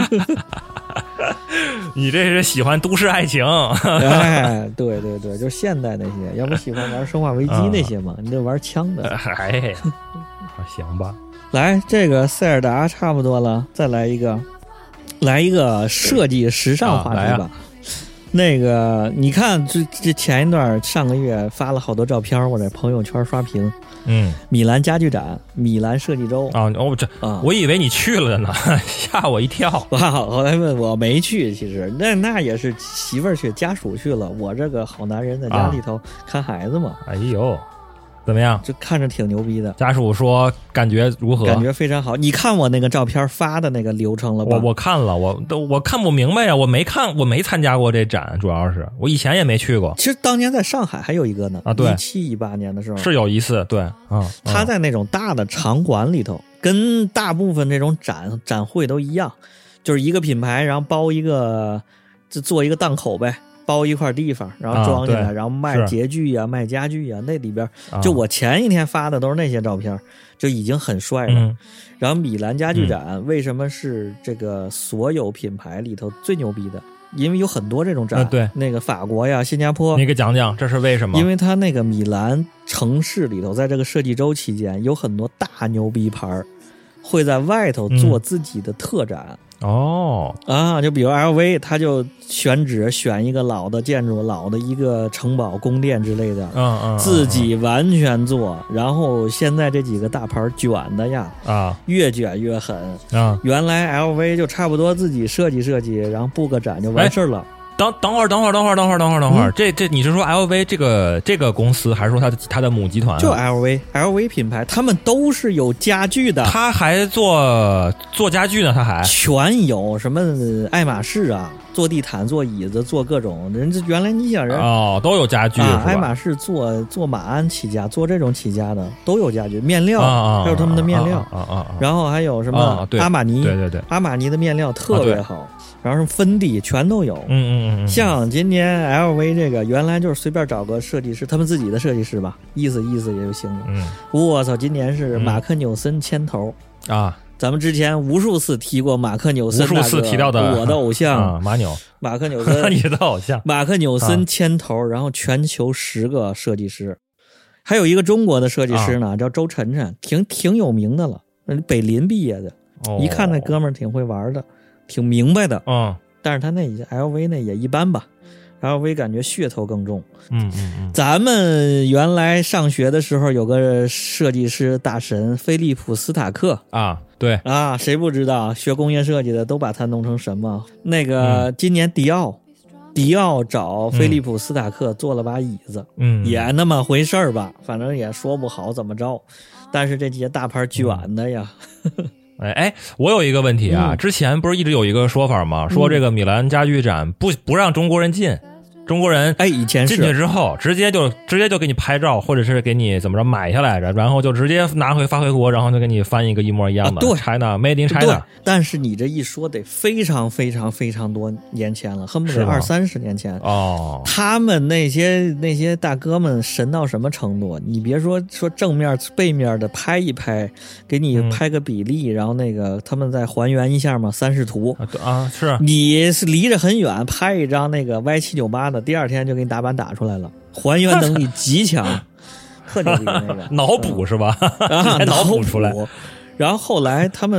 你这是喜欢都市爱情哎，对对对，就现代那些，要不喜欢玩生化危机那些嘛你得玩枪的哎，行吧。 来，这个塞尔达差不多了，再来一个设计时尚话题吧那个你看这前一段上个月发了好多照片，我在朋友圈刷屏米兰家具展，米兰设计周我以为你去了呢吓我一跳后来问我没去，其实那也是媳妇儿去，家属去了，我这个好男人在家里头看孩子嘛哎呦怎么样？ 就看着挺牛逼的。 家属说感觉如何？ 感觉非常好。你看我那个照片发的那个流程了吧？ 我看了，我看不明白呀，我没参加过这展，主要是我以前也没去过。 其实当年在上海还有一个呢对 ，17、18年的时候是有一次，对他在那种大的场馆里头，跟大部分这种展会都一样，就是一个品牌，然后包一个，就做一个档口呗。包一块地方，然后装进来，然后卖洁具呀、卖家具呀，那里边就我前一天发的都是那些照片，就已经很帅了。然后米兰家具展为什么是这个所有品牌里头最牛逼的？因为有很多这种展， 对， 那个法国呀、新加坡， 你给讲讲这是为什么？ 因为它那个米兰城市里头，在这个设计周期间，有很多大牛逼牌会在外头做自己的特展。就比如 LV 他就选一个老的建筑，老的一个城堡宫殿之类的自己完全做。然后现在这几个大牌卷的呀越卷越狠原来 LV 就差不多自己设计然后布个展就完事了。 等会儿，这你是说 LV 这个公司，还是说它的母集团？ 就 LV 品牌，他们都是有家具的。 他还做家具呢，他还全有什么爱马仕啊，做地毯、做椅子、做各种人。这原来你想人都有家具爱马仕做马鞍起家，做这种起家的都有家具，面料还有他们的面料然后还有什么阿玛尼， 对， 阿玛尼的面料特别好。然后是芬迪全都有，像今年 LV 这个原来就是随便找个设计师，他们自己的设计师吧，意思也就行了。我操，今年是马克纽森牵头咱们之前无数次提过马克纽森， 无数次提到的我的偶像马克纽森， 你的偶像马克纽森牵头，然后全球10个设计师，还有一个中国的设计师呢，叫周晨晨，挺有名的了，北林毕业的，一看那哥们儿挺会玩的。挺明白的但是他那 LV 那也一般吧， LV 感觉噱头更重。咱们原来上学的时候有个设计师大神菲利普斯塔克对谁不知道，学工业设计的都把他弄成什么。那个今年迪奥找菲利普斯塔克做了把椅子也那么回事儿吧，反正也说不好怎么着，但是这些大牌卷的呀我有一个问题之前不是一直有一个说法吗？说这个米兰家具展不让中国人进，中国人以前进去之后直接就给你拍照，或者是给你怎么着买下来着，然后就直接拿回发回国，然后就给你翻一个一模一样的对 China Made in China。 但是你这一说得非常非常非常多年前了，恨不得20-30年前他们那些大哥们神到什么程度？你别说正面背面的拍一拍，给你拍个比例，然后那个他们再还原一下嘛，3视图是你是离着很远拍一张那个 Y798 的，第二天就给你打板打出来了，还原能力极强特牛逼那个脑补是吧脑补出来。 然后后来他们就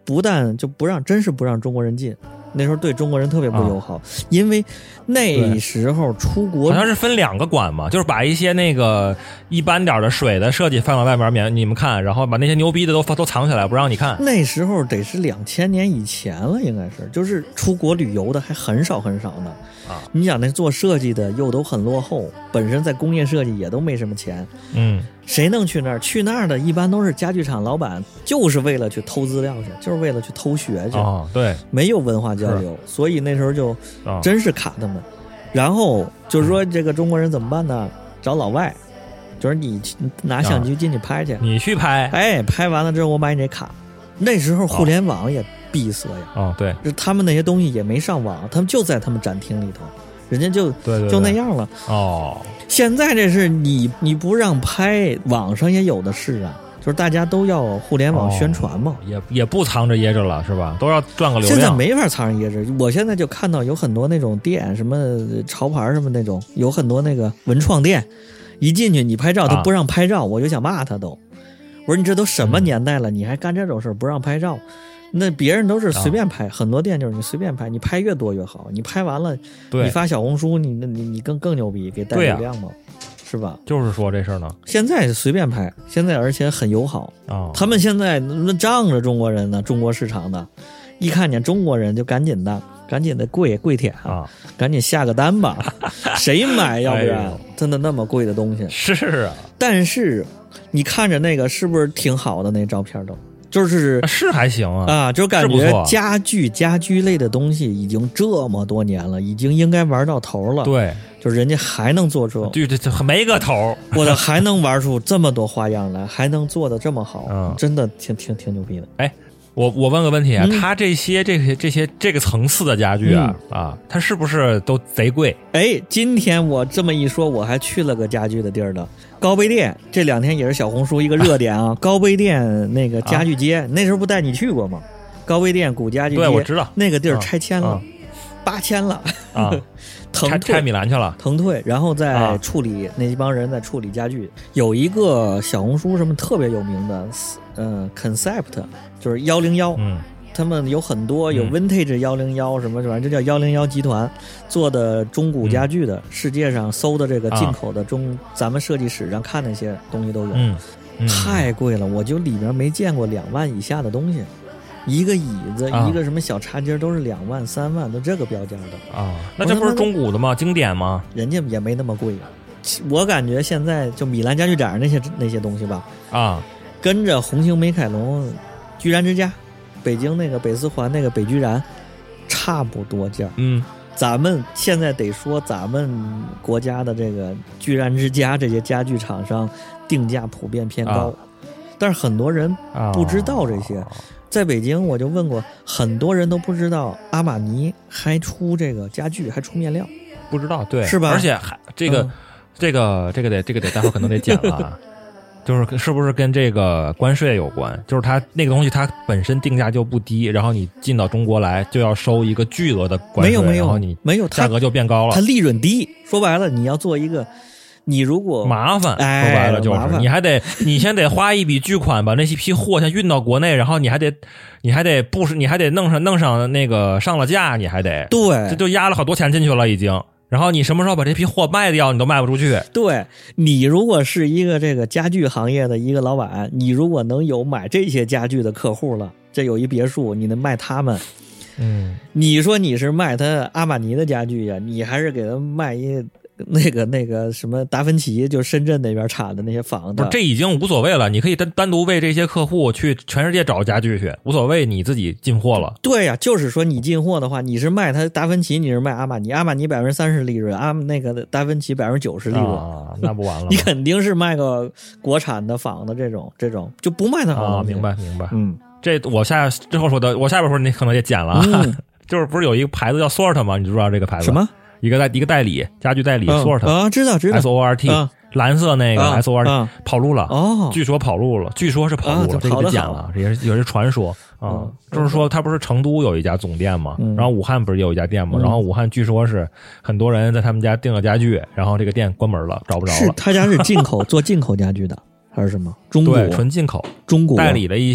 不但就不让，真是不让中国人进。那时候对中国人特别不友好，因为那时候出国好像是分2个馆嘛，就是把一些那个一般点的水的设计放到外面免你们看，然后把那些牛逼的都藏起来不让你看。 那时候得是2000年以前了，应该是，就是出国旅游的还很少很少呢。你想那做设计的又都很落后，本身在工业设计也都没什么钱，谁能去那儿？去那儿的一般都是家具厂老板，就是为了去偷资料去，就是为了去偷学去。 对， 没有文化交流，所以那时候就真是卡他们。然后就是说这个中国人怎么办呢？找老外，就是你拿相机进去拍去， 你去拍， 拍完了之后我买你这卡。那时候互联网也闭塞呀， 对， 他们那些东西也没上网，他们就在他们展厅里头，人家就那样了。现在这是你不让拍，网上也有的是啊，就是大家都要互联网宣传嘛， 也不藏着掖着了是吧？都要赚个流量。 现在没法藏着掖着，我现在就看到有很多那种店，什么潮牌什么那种，有很多那个文创店，一进去你拍照他不让拍照，我就想骂他都。我说你这都什么年代了，你还干这种事不让拍照？那别人都是随便拍，很多店就是你随便拍，你拍越多越好，你拍完了你发小红书，你更牛逼，给带流量嘛，是吧？ 就是说这事儿呢， 现在是随便拍，现在而且很友好他们现在仗着中国人呢，中国市场的，一看见中国人就赶紧的跪舔赶紧下个单吧，谁买？要不然真的那么贵的东西是啊。 但是你看着那个是不是挺好的？那照片都就是还行就感觉家居类的东西已经这么多年了，已经应该玩到头了。 对， 就是人家还能做出这没个头， 我的还能玩出这么多花样来，还能做的这么好，真的挺牛逼的。 我问个问题啊，它这个层次的家具它是不是都贼贵？ 今天我这么一说，我还去了个家具的地儿的高碑店，这2天也是小红书一个热点高碑店那个家具街，那时候不带你去过吗？高碑店古家具街， 对，我知道那个地儿拆迁了，8000了拆米兰去了， 腾退，然后再处理那帮人在处理家具。有一个小红书什么特别有名的Concept， 就是101，他们有很多有 Vintage 101什么，反正就叫101集团做的中古家具的，世界上搜的这个进口的咱们设计史上看那些东西都有，太贵了，我就里面没见过2万以下的东西。一个椅子一个什么小茶几都是2万3万，都这个标价的那这不是中古的吗？经典吗？ 人家也没那么贵我感觉现在就米兰家具展那些东西吧跟着红星美凯龙、居然之家、北京那个北四环那个北居然差不多价咱们现在得说咱们国家的这个居然之家这些家具厂商定价普遍偏高但是很多人不知道这些在北京我就问过，很多人都不知道阿玛尼还出这个家具，还出面料， 不知道，对， 是吧？ 而且还这个得待会儿可能得讲了，就是是不是跟这个关税有关？就是它那个东西它本身定价就不低，然后你进到中国来就要收一个巨额的关税， 没有， 然后你没有价格就变高了， 它利润低。说白了，你要做一个。你如果麻烦，说白了就是你先得花一笔巨款把那些批货先运到国内，然后你还得弄上那个上了架，你还得对， 这就压了好多钱进去了已经。然后你什么时候把这批货卖掉，你都卖不出去。 对，你如果是一个这个家具行业的一个老板，你如果能有买这些家具的客户了，这有一别墅，你能卖他们。你说你是卖他阿玛尼的家具呀，你还是给他卖一那个什么达芬奇，就深圳那边产的那些房子， 这已经无所谓了。你可以单独为这些客户去全世界找家具去，无所谓你自己进货了。 对呀，就是说你进货的话，你是卖他达芬奇，你是卖阿玛尼30%利润，那个达芬奇90%利润那不完了吗？ 你肯定是卖个国产的仿的这种就不卖它好明白。这我下边说你可能也剪了就是不是有一个牌子叫 Sort 吗？你知不知道这个牌子？ 什么？ 一个代理家具代理 Sort 知道 SORT 蓝色那个 SORT 跑路了据说跑路了，据说是跑路了，这个剪了，也是传说就是说他不是成都有一家总店嘛，然后武汉不是也有一家店嘛，然后武汉据说是很多人在他们家订了家具，然后这个店关门了，找不着了。 他家是做进口家具的还是什么？中国对，纯进口， 中国代理了一些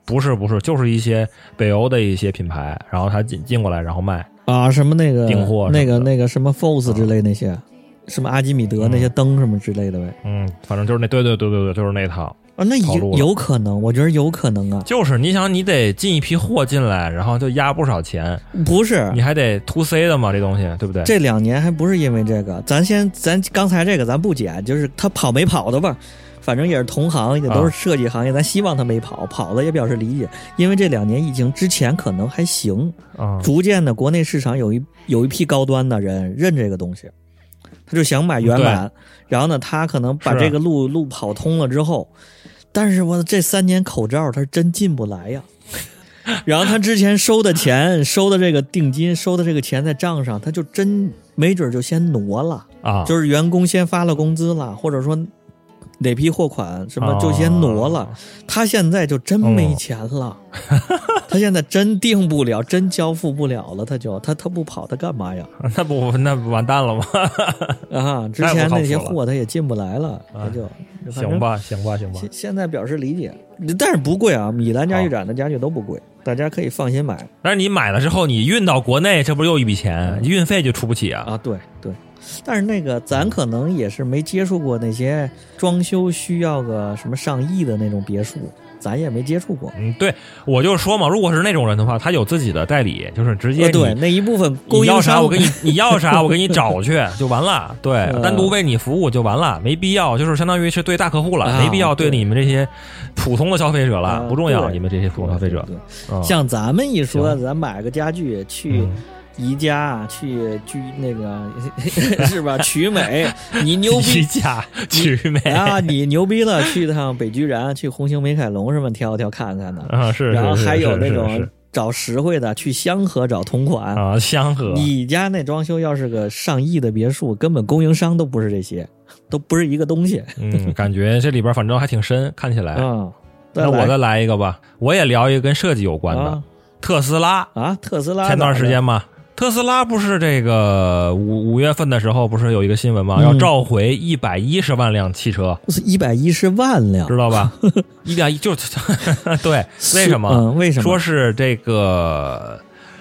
不是，就是一些北欧的一些品牌，然后它进过来，然后卖啊，什么那个订货， 那个什么 FOSS 之类那些，什么阿基米德那些灯什么之类的呗。 反正就是那，对，就是那套啊，那有可能，我觉得有可能啊。 就是你想，你得进一批货进来，然后就压不少钱， 不是？ 你还得 to C 的嘛，这东西对不对？ 这2年还不是因为这个，咱刚才这个咱不捡，就是他跑没跑的吧。反正也是同行，也都是设计行业，咱希望他没跑了也表示理解，因为这2年疫情之前可能还行，逐渐的国内市场有一批高端的人认这个东西，他就想买原版，然后呢，他可能把这个路跑通了之后，但是我这3年口罩他真进不来呀。然后他之前收的钱、收的这个定金、收的这个钱在账上，他就真没准就先挪了啊，就是员工先发了工资了，或者说哪批货款什么就先挪了，他现在就真没钱了，他现在真订不了，真交付不了了，他不跑他干嘛呀？ 那不完蛋了吗？ 啊，之前那些货他也进不来了，他就行吧。 现在表示理解，但是不贵啊，米兰家具展的家具都不贵，大家可以放心买。 但是你买了之后，你运到国内，这不是又一笔钱，运费就出不起啊？ 啊，对。但是那个咱可能也是没接触过那些装修需要个什么上亿的那种别墅，咱也没接触过。 对，我就说嘛，如果是那种人的话，他有自己的代理，就是直接对那一部分供应商， 你要啥我给你找去就完了。对，单独为你服务就完了，没必要，就是相当于是对大客户了，没必要对你们这些普通的消费者了，不重要，你们这些普通消费者。 像咱们一说，咱买个家具去。宜家去那个是吧？曲美，你牛逼！ 宜家曲美啊，你牛逼了！去趟北居然，去红星美凯龙什么挑看看的啊，是。 然后还有那种找实惠的，去香河找同款啊，香河。 你家那装修要是个上亿的别墅，根本供应商都不是这些，都不是一个东西。 感觉这里边反正还挺深，看起来。那我再来一个吧，我也聊一个跟设计有关的，特斯拉啊， 特斯拉前段时间嘛。特斯拉不是这个5月份的时候不是有一个新闻吗？要召回110万辆汽车， 是110万辆， 知道吧？110就是对，为什么？ 为什么？ 说是这个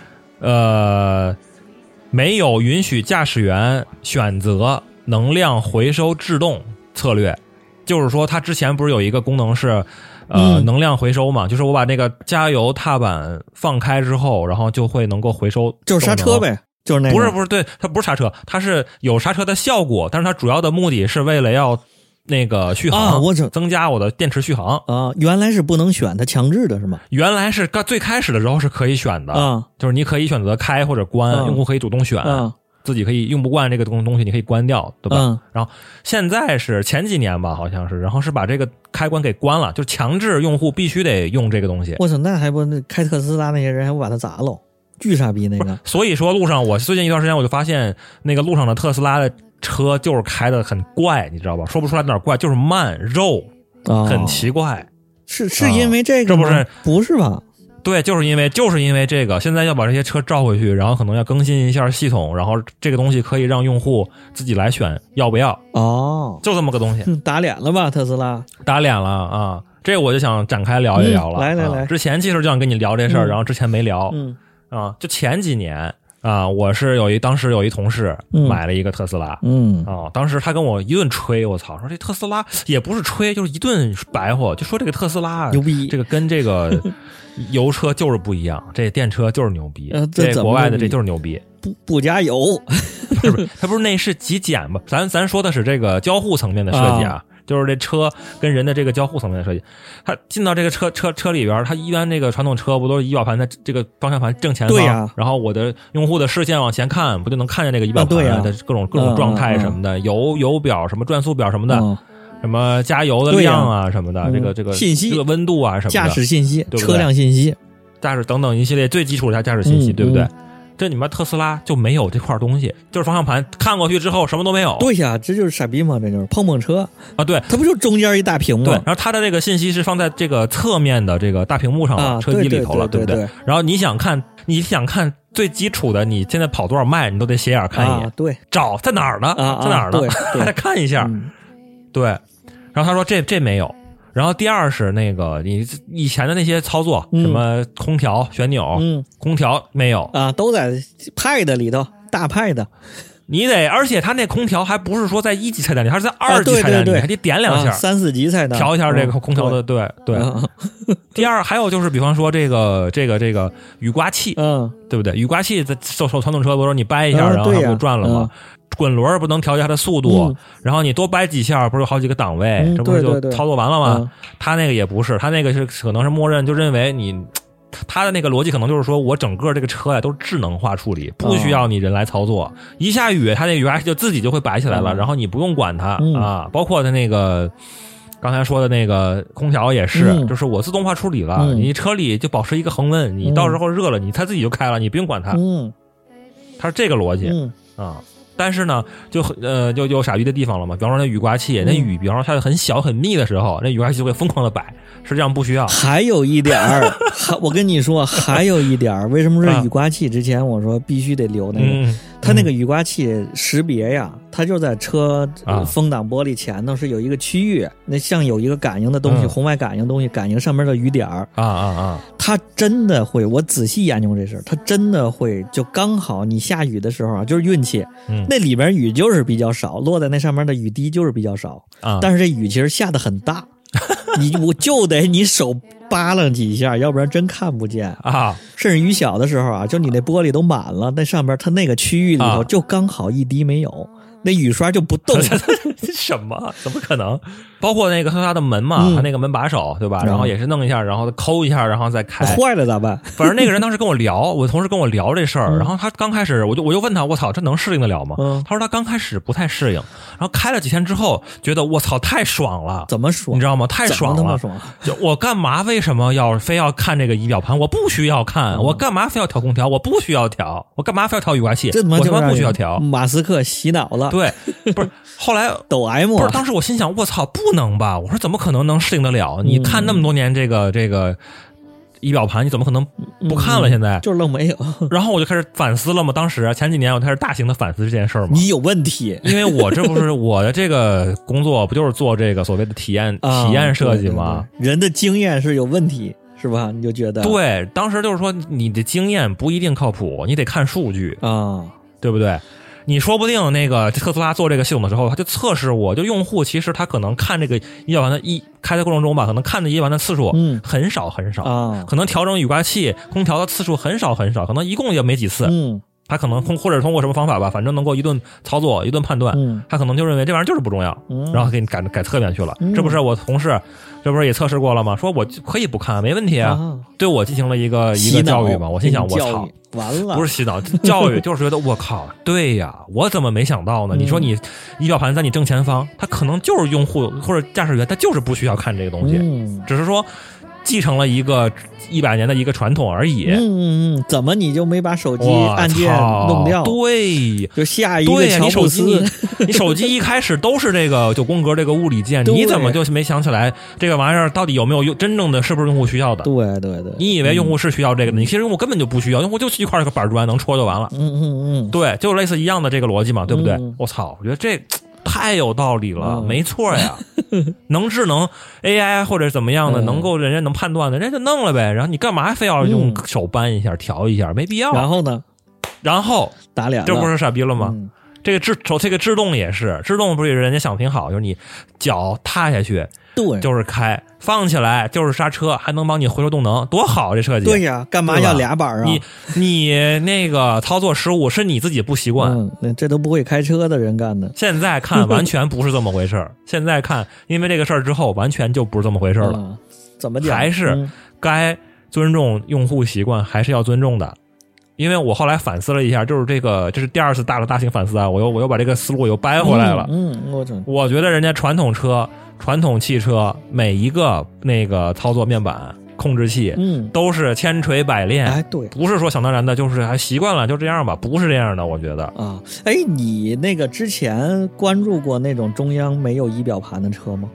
没有允许驾驶员选择能量回收制动策略，就是说他之前不是有一个功能是。能量回收嘛，就是我把那个加油踏板放开之后，然后就会能够回收， 就是刹车呗，就是那个不是，对，它不是刹车，它是有刹车的效果，但是它主要的目的是为了要那个续航，增加我的电池续航啊。原来是不能选，它强制的是吗？ 原来是最开始的时候是可以选的啊，就是你可以选择开或者关，用户可以主动选。自己可以用不惯这个东西，你可以关掉，对吧？然后现在是前几年吧，好像是，然后是把这个开关给关了，就强制用户必须得用这个东西。 我操，那还不开特斯拉那些人还不把它砸了，巨傻逼那个。 所以说路上，我最近一段时间我就发现，那个路上的特斯拉的车就是开的很怪，你知道吧？说不出来哪儿怪，就是慢肉，很奇怪。 是因为这个吗？ 这不是吧？ 对，就是因为这个，现在要把这些车召回去，然后可能要更新一下系统，然后这个东西可以让用户自己来选要不要。就这么个东西。 打脸了吧，特斯拉？ 打脸了啊！这个我就想展开聊一聊了。 来， 之前其实就想跟你聊这事儿，然后之前没聊。就前几年啊，我是当时有一同事买了一个特斯拉。当时他跟我一顿吹，我操，说这特斯拉也不是吹，就是一顿白话，就说这个特斯拉牛逼， 这个跟这个。油车就是不一样，这电车就是牛逼，这国外的这就是牛逼， 不加油， 它不是内饰极简吗？咱说的是这个交互层面的设计啊，就是这车跟人的这个交互层面的设计。它进到这个车里边，它一般那个传统车不都是仪表盘，它这个方向盘正前方， 对呀， 然后我的用户的视线往前看，不就能看见这个仪表盘的各种状态什么的，油表什么转速表什么的。什么加油的量啊什么的，这个信息， 这个温度啊什么的， 驾驶信息， 对不对？ 车辆信息， 驾驶等等一系列最基础的驾驶信息，对不对？这你们特斯拉就没有这块东西，就是方向盘看过去之后什么都没有。 对呀，这就是傻逼嘛，这就是碰车啊！对， 它不就中间一大屏吗？ 对，然后它的这个信息是放在这个侧面的这个大屏幕上了，车机里头了，对不对？然后你想看最基础的，你现在跑多少迈，你都得斜眼看一眼， 对， 找在哪儿呢？在哪儿呢？还得看一下，对。然后他说这没有， 然后第二是那个你以前的那些操作，什么空调、旋钮，空调没有啊，都在 Pad 里头，大 Pad。 你得，而且它那空调还不是说在1级菜单里，它是在2级菜单里，还得点2下 ，3、4级菜单调一下这个空调的，对。第二，还有就是，比方说这个雨刮器，对不对？雨刮器在传统车不是你掰一下，然后它不就转了吗？滚轮不能调节它的速度，然后你多掰几下，不是有好几个档位，这不是就操作完了吗？它那个也不是，它那个是可能是默认就认为你。他的那个逻辑可能就是说，我整个这个车呀都是智能化处理，不需要你人来操作。一下雨，它那个雨刮器就自己就会摆起来了，然后你不用管它啊。包括它那个刚才说的那个空调也是，就是我自动化处理了，你车里就保持一个恒温，你到时候热了，它自己就开了，你不用管它。它是这个逻辑啊。但是呢，就有傻逼的地方了嘛。比方说那雨刮器，那雨，比方说它很小很密的时候，那雨刮器就会疯狂的摆，实际上不需要。 还有一点儿，我跟你说，还有一点儿，为什么是雨刮器？之前我说必须得留那个，它那个雨刮器识别呀，它就在车风挡玻璃前头是有一个区域，那像有一个感应的东西，红外感应东西，感应上面的雨点儿它真的会，我仔细研究这事儿，它真的会，就刚好你下雨的时候啊，就是运气。那里边雨就是比较少，落在那上面的雨滴就是比较少但是这雨其实下得很大，我就得你手扒拉几下，要不然真看不见啊。 甚至雨小的时候啊，就你那玻璃都满了，那上边它那个区域里头就刚好一滴没有。那雨刷就不动什么？怎么可能？包括那个它的门嘛，它那个门把手，对吧？然后也是弄一下，然后抠一下，然后再开。 坏了咋办？ 反正那个人当时跟我聊，我同事跟我聊这事儿，然后他刚开始我就问他，我操，这能适应得了吗？他说他刚开始不太适应，然后开了几天之后，觉得我操太爽了。 怎么爽？ 你知道吗？太爽了！就我干嘛？为什么非要看这个仪表盘？我不需要看。我干嘛非要调空调？我不需要调。我干嘛非要调雨刮器？我他妈不需要调。 马斯克洗脑了。 对，不是后来抖 M， 不是当时我心想，我操，不能吧？我说怎么可能适应得了？你看那么多年这个仪表盘，你怎么可能不看了？现在就是愣没有。 然后我就开始反思了嘛。当时前几年我开始大型的反思这件事儿嘛。 你有问题， 因为我这不是我的这个工作，不就是做这个所谓的体验设计吗？ 对对对，人的经验是有问题。是吧？你就觉得对，当时就是说你的经验不一定靠谱，你得看数据对不对？你说不定那个特斯拉做这个系统的时候，他就测试我，就用户其实他可能看这个仪表盘的开的过程中吧，可能看的仪表盘的次数很少很少可能调整雨刮器空调的次数很少很少，可能一共也没几次他可能或者通过什么方法吧，反正能够一顿操作一顿判断他可能就认为这玩意儿就是不重要然后给你改侧面去了这不是我同事这不是也测试过了吗？说我可以不看没问题对我进行了一个教育嘛。我心想我操， 完了， 不是洗脑教育，就是觉得我靠，对呀，我怎么没想到呢？你说你仪表盘在你正前方，他可能就是用户或者驾驶员，他就是不需要看这个东西只是说继承了一个100年的一个传统而已。 怎么你就没把手机按键弄掉？ 对， 就下一个乔布斯。 你手机一开始都是这个9宫格这个物理键，你怎么就没想起来这个玩意儿到底有没有真正的是不是用户需要的？ 对对对， 你以为用户是需要这个的，你其实用户根本就不需要，用户就一块这个板砖能戳就完了。对，就类似一样的这个逻辑嘛，对不对？我操，我觉得这太有道理了，没错呀。能智能 AI 或者怎么样的，能够人家能判断的，人家就弄了呗。然后你干嘛非要用手扳一下、调一下？没必要。 然后呢？ 然后打脸了， 这不是傻逼了吗？这个制动也是，制动不是人家想挺好，就是你脚踏下去， 对， 就是开，放起来就是刹车，还能帮你回收动能，多好这设计。 对呀，干嘛要俩板啊？ 你那个操作失误是你自己不习惯， 这都不会开车的人干的。 现在看完全不是这么回事儿。现在看，因为这个事儿之后，完全就不是这么回事了。 怎么讲？ 还是该尊重用户习惯，还是要尊重的。因为我后来反思了一下，就是这是第2次大型反思啊，我又把这个思路又掰回来了。我觉得人家传统汽车每一个那个操作面板控制器都是千锤百炼， 对， 不是说想当然的，就是还习惯了就这样吧，不是这样的，我觉得你那个之前关注过那种中央没有仪表盘的车吗？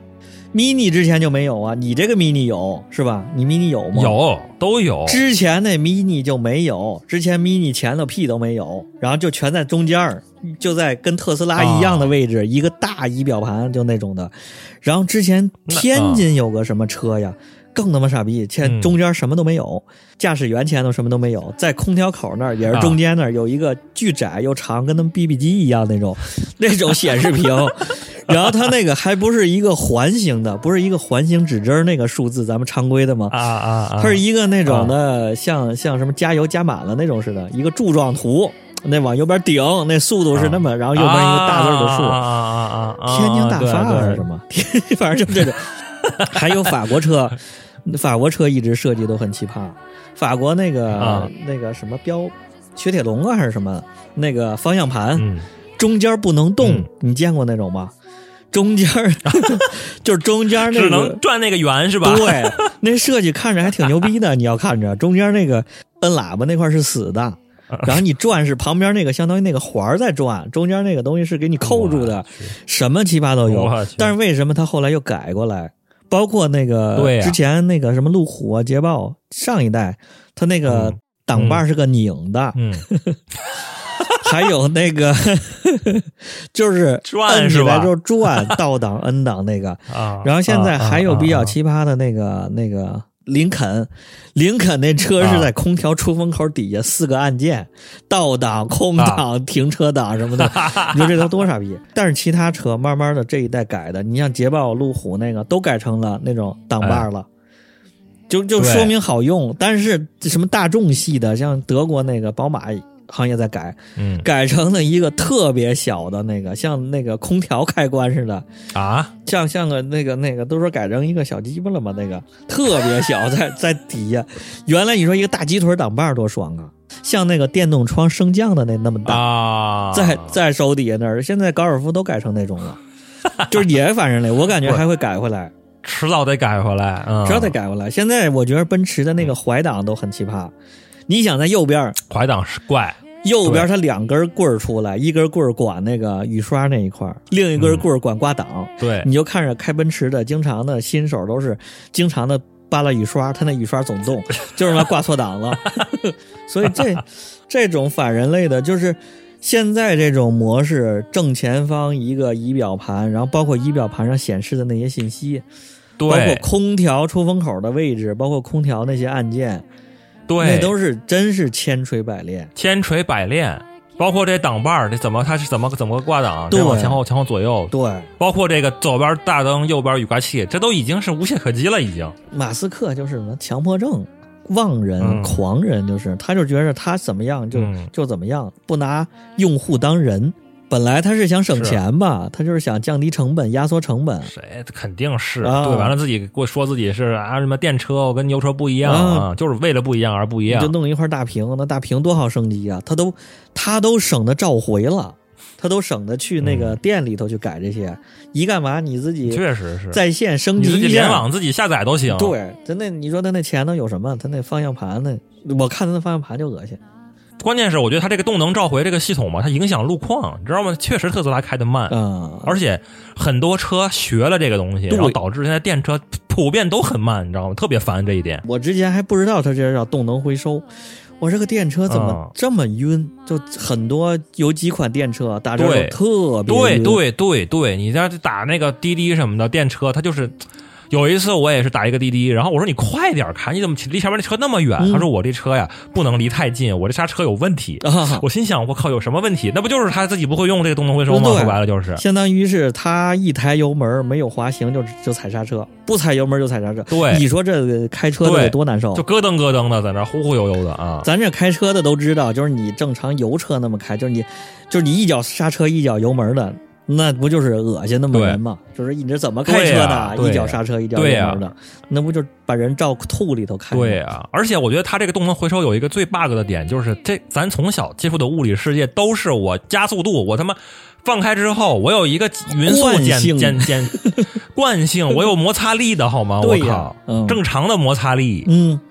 mini 之前就没有啊，你这个 mini 有是吧？你 mini 有吗？ 有，都有。 之前那 mini 就没有，之前 mini 前头屁都没有，然后就全在中间，就在跟特斯拉一样的位置，一个大仪表盘就那种的。然后之前天津有个什么车呀，更他妈傻逼，前中间什么都没有，驾驶员前头什么都没有，在空调口那儿也是中间那儿有一个巨窄又长，跟他们 BB 机一样那种显示屏。然后它那个还不是一个环形的，不是一个环形指针那个数字，咱们常规的吗？它是一个那种的，像什么加油加满了那种似的，一个柱状图，那往右边顶，那速度是那么，然后右边一个大字的数，天津大发还是什么？反正就这种。还有法国车，法国车一直设计都很奇葩。法国那个什么雪铁龙啊还是什么，那个方向盘中间不能动，你见过那种吗？中间就是中间那个只能转那个圆是吧？ 对，那设计看着还挺牛逼的。你要看着中间那个摁喇叭那块是死的，然后你转是旁边那个相当于那个环在转，中间那个东西是给你扣住的，什么奇葩都有。但是为什么他后来又改过来？包括那个之前那个什么路虎啊、捷豹上一代，它那个挡把是个拧的。还有那个就是转起来之后转倒档 N 档那个然后现在还有比较奇葩的那个林肯那车是在空调出风口底下4个按键，倒档、空档、停车档什么的，你说这都多傻逼。但是其他车慢慢的这一代改的，你像捷豹、路虎那个都改成了那种挡把了，就说明好用。但是什么大众系的，像德国那个宝马行业在改，改成了一个特别小的那个，像那个空调开关似的啊， 像个那个都说改成一个小鸡巴了嘛，那个特别小，在底下。原来你说一个大鸡腿挡把多爽啊，像那个电动窗升降的那么大啊， 在手底下那儿，现在高尔夫都改成那种了，就是也反正我感觉还会改回来。 迟早得改回来， 迟早得改回来。现在我觉得奔驰的那个怀档都很奇葩。你想在右边怀档是怪， 右边它2根棍出来，一根棍管那个雨刷那一块，另一根棍管挂档。 对， 你就看着开奔驰的，经常的新手都是经常的扒拉雨刷，他那雨刷总动，就是他挂错档了。所以这种反人类的，就是现在这种模式，正前方一个仪表盘，然后包括仪表盘上显示的那些信息， 对， 包括空调出风口的位置，包括空调那些按键。 对， 那都是真是千锤百炼， 包括这挡把它是怎么个挂档， 对， 前后左右， 对， 包括这个左边大灯，右边雨刮器，这都已经是无懈可击了，已经。 马斯克就是什么强迫症、妄人、狂人，就是他就觉得他怎么样就怎么样，不拿用户当人。本来他是想省钱吧，他就是想降低成本、压缩成本。 谁肯定是对，完了自己给我说自己是什么电车，我跟牛车不一样啊，就是为了不一样而不一样。 就弄一块大屏，那大屏多好升级啊！他都省得召回了，他都省得去那个店里头去改这些。一干嘛你自己确实是在线升级一下， 你自己联网自己下载都行。 对，真的，你说他那前头有什么？他那方向盘我看他那方向盘就恶心。 关键是我觉得它这个动能召回这个系统嘛，它影响路况，你知道吗？确实特斯拉开得慢，而且很多车学了这个东西，然后导致现在电车普遍都很慢，你知道吗？特别烦这一点。 我之前还不知道它这叫动能回收，我这个电车怎么这么晕？就很多有几款电车打车特别晕。 对，你在打那个滴滴什么的电车，它就是。有一次我也是打一个滴滴，然后我说你快点开，你怎么离前面那车那么远？他说我这车呀不能离太近，我这刹车有问题。我心想我靠，有什么问题？那不就是他自己不会用这个动能回收吗？说白了就是相当于是他一抬油门没有滑行就踩刹车，不踩油门就踩刹车。 对， 你说这个开车的多难受， 就咯噔咯噔的在那忽忽悠悠的啊。 咱这开车的都知道，就是你正常油车那么开，就是你一脚刹车一脚油门的。那不就是恶心那么人吗？就是你这怎么开车的？一脚刹车一脚油门的，那不就把人照吐里头开？ 对啊，而且我觉得它这个动能回收有一个最 bug 的点，就是咱从小接触的物理世界都是我加速度，我他妈放开之后，我有一个匀速惯性，我有摩擦力的好吗？我靠，正常的摩擦力，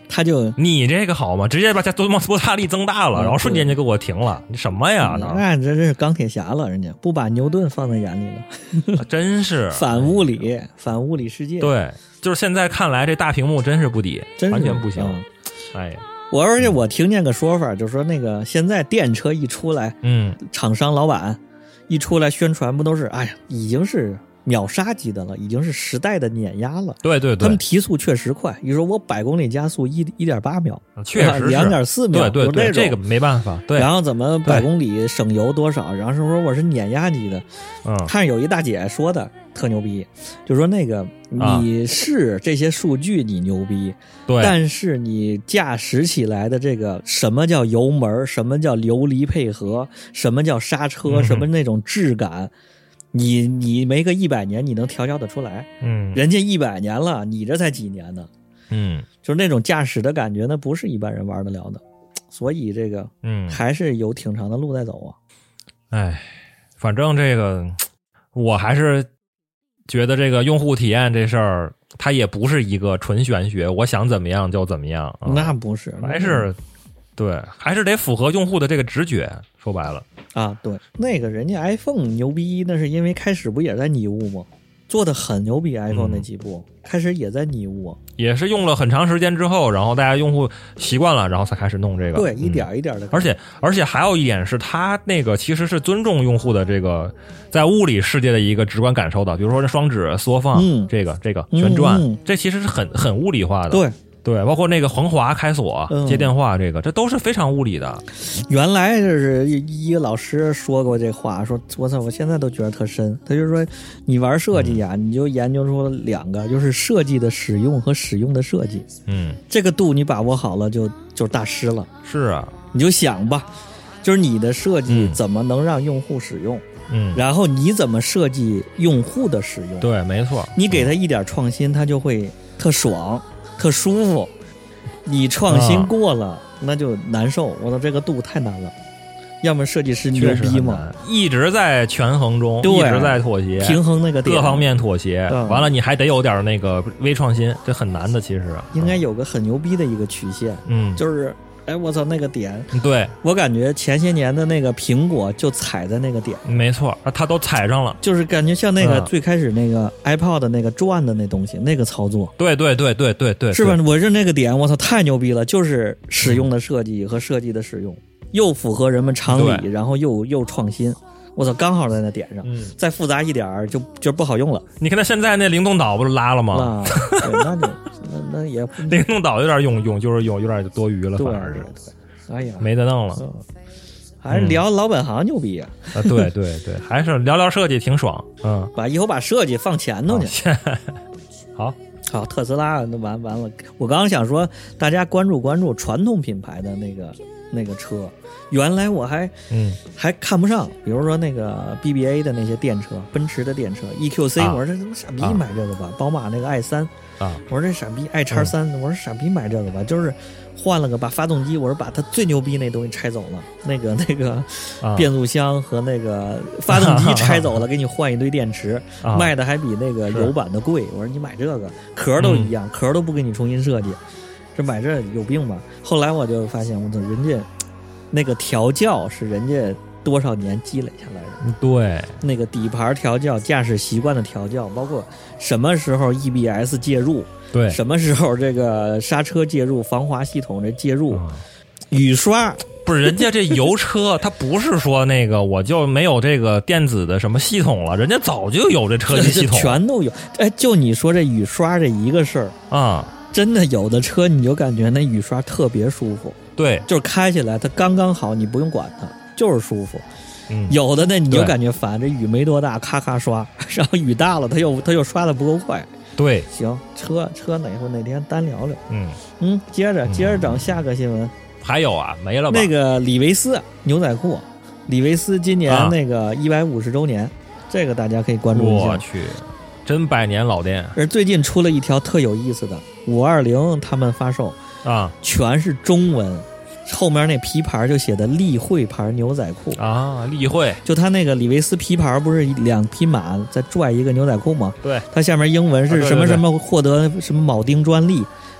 他就你这个好吗？直接把它摩擦力增大了，然后瞬间就给我停了。你什么呀？ 那这是钢铁侠了，人家不把牛顿放在眼里了， 真是反物理世界。 对，就是现在看来这大屏幕真是不抵，完全不行。哎呀， 而且我听见个说法，就是说那个现在电车一出来，厂商老板一出来宣传，不都是哎呀，已经是秒杀级的了，已经是时代的碾压了。 对对对， 他们提速确实快。你说我100公里加速1.8秒， 确实是 2.4秒， 对对对，这个没办法。对， 然后怎么100公里省油多少？然后说我是碾压级的。看有一大姐说的特牛逼，就说那个你是这些数据你牛逼， 对， 但是你驾驶起来的这个什么叫油门，什么叫流离配合，什么叫刹车，什么那种质感。你没个100年你能调教得出来？人家100年了，你这才几年呢？就是那种驾驶的感觉，那不是一般人玩得了的。所以这个还是有挺长的路在走啊。 哎，反正这个我还是觉得这个用户体验这事儿，它也不是一个纯玄学，我想怎么样就怎么样。 那不是， 还是对，还是得符合用户的这个直觉。说白了啊，对，那个人家 iPhone 牛逼，那是因为开始不也在拟物吗？做的很牛逼 ，iPhone 那几部开始也在拟物， 也是用了很长时间之后，然后大家用户习惯了，然后才开始弄这个。 对，一点一点的。 而且还有一点是，它那个其实是尊重用户的这个在物理世界的一个直观感受的，比如说这双指缩放，这个旋转，这其实是很物理化的。 对。 对，包括那个横滑开锁、接电话，这都是非常物理的。 原来就是一个老师说过这话，说我操，我现在都觉得特深。他就说，你玩设计呀，你就研究出2个，就是设计的使用和使用的设计。这个度你把握好了，就是大师了。 是啊， 你就想吧，就是你的设计怎么能让用户使用？然后你怎么设计用户的使用？ 对，没错。 你给他一点创新，他就会特爽。特舒服，你创新过了，那就难受。我操，这个度太难了。要么设计师牛逼嘛， 一直在权衡中，一直在妥协， 平衡那个各方面妥协。完了，你还得有点那个微创新，这很难的。其实应该有个很牛逼的一个曲线，就是。哎，我操，那个点， 对我感觉前些年的那个苹果就踩在那个点， 没错，它都踩上了， 就是感觉像那个最开始那个 iPod 的那个转的那东西，那个操作， 对， 是吧？我是那个点，我操，太牛逼了！就是使用的设计和设计的使用，又符合人们常理，然后又创新。我操，刚好在那点上，再复杂一点就不好用了。 你看它现在那灵动岛不是拉了吗？ 那也灵动岛有点用就是有点多余了，反而是， 哎呀， 没得弄了。 还是聊老本行牛逼啊！ 对，还是聊设计挺爽。 以后把设计放前头去。好，特斯拉那完了。我刚刚想说，大家关注传统品牌的那个车。原来我还看不上，比如说那个 BBA 的那些电车，奔驰的电车 EQC，我说这傻逼买这个吧。宝马那个 i3，我说这傻逼 iX3，我说傻逼买这个吧，就是换了个把发动机，我说把它最牛逼那东西拆走了，那个变速箱和那个发动机拆走了，给你换一堆电池，卖的还比那个油版的贵。我说你买这个壳都一样，壳都不给你重新设计，这买这有病吧？后来我就发现，我操，人家那个调教是人家多少年积累下来的。 对， 那个底盘调教、驾驶习惯的调教，包括什么时候 EBS 介入， 对， 什么时候这个刹车介入、防滑系统的介入，雨刷。 不是人家这油车，它不是说那个我就没有这个电子的什么系统了，人家早就有这车机系统， 全都有。哎，就你说这雨刷这一个事儿啊， 真的有的车你就感觉那雨刷特别舒服。 对， 就是开起来它刚刚好，你不用管它，就是舒服。有的呢你就感觉烦，这雨没多大，咔咔刷，然后雨大了，它又刷的不够快。 对， 行，车哪天单聊聊。接着整下个新闻。 还有啊，没了吧？ 那个李维斯牛仔裤，李维斯今年那个150周年，这个大家可以关注一下。 我去，真100年老店。 而最近出了一条特有意思的，520他们发售啊， 全是中文，后面那皮牌就写的例会牌牛仔裤啊，例会， 就他那个李维斯皮牌不是2匹马在拽一个牛仔裤吗？ 对， 它下面英文是什么什么获得什么铆钉专利，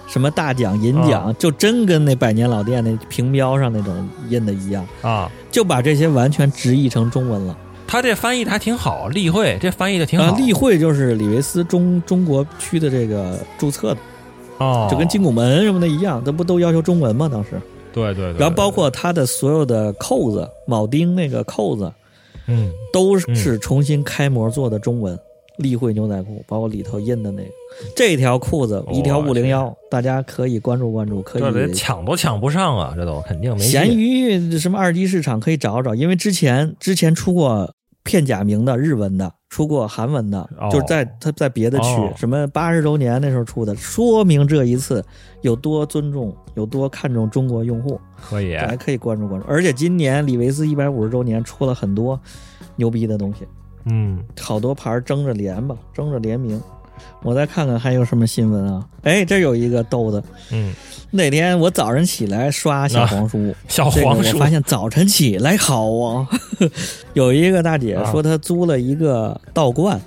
什么大奖银奖，就真跟那百年老店那瓶标上那种印的一样啊， 就把这些完全直译成中文了。 他这翻译的还挺好，例会这翻译的挺好。 例会就是李维斯中国区的这个注册的，就跟金拱门什么的一样，这不都要求中文吗？当时， 对。然后包括他的所有的扣子、铆钉那个扣子，都是重新开模做的中文。例会牛仔裤，包括里头印的那个，这条裤子一条501，大家可以关注关注，可以这抢都抢不上啊，这都肯定没戏。 闲鱼什么二级市场可以找找，因为之前出过片假名的日文的，出过韩文的，就是他在别的区，什么80周年那时候出的，说明这一次有多尊重，有多看重中国用户， 可以， 大家可以关注关注。而且今年李维斯150周年出了很多牛逼的东西。好多牌争着联名。我再看看还有什么新闻啊？哎，这有一个逗的。那天我早晨起来刷小黄书，我发现早晨起来好啊。有一个大姐说她租了一个道观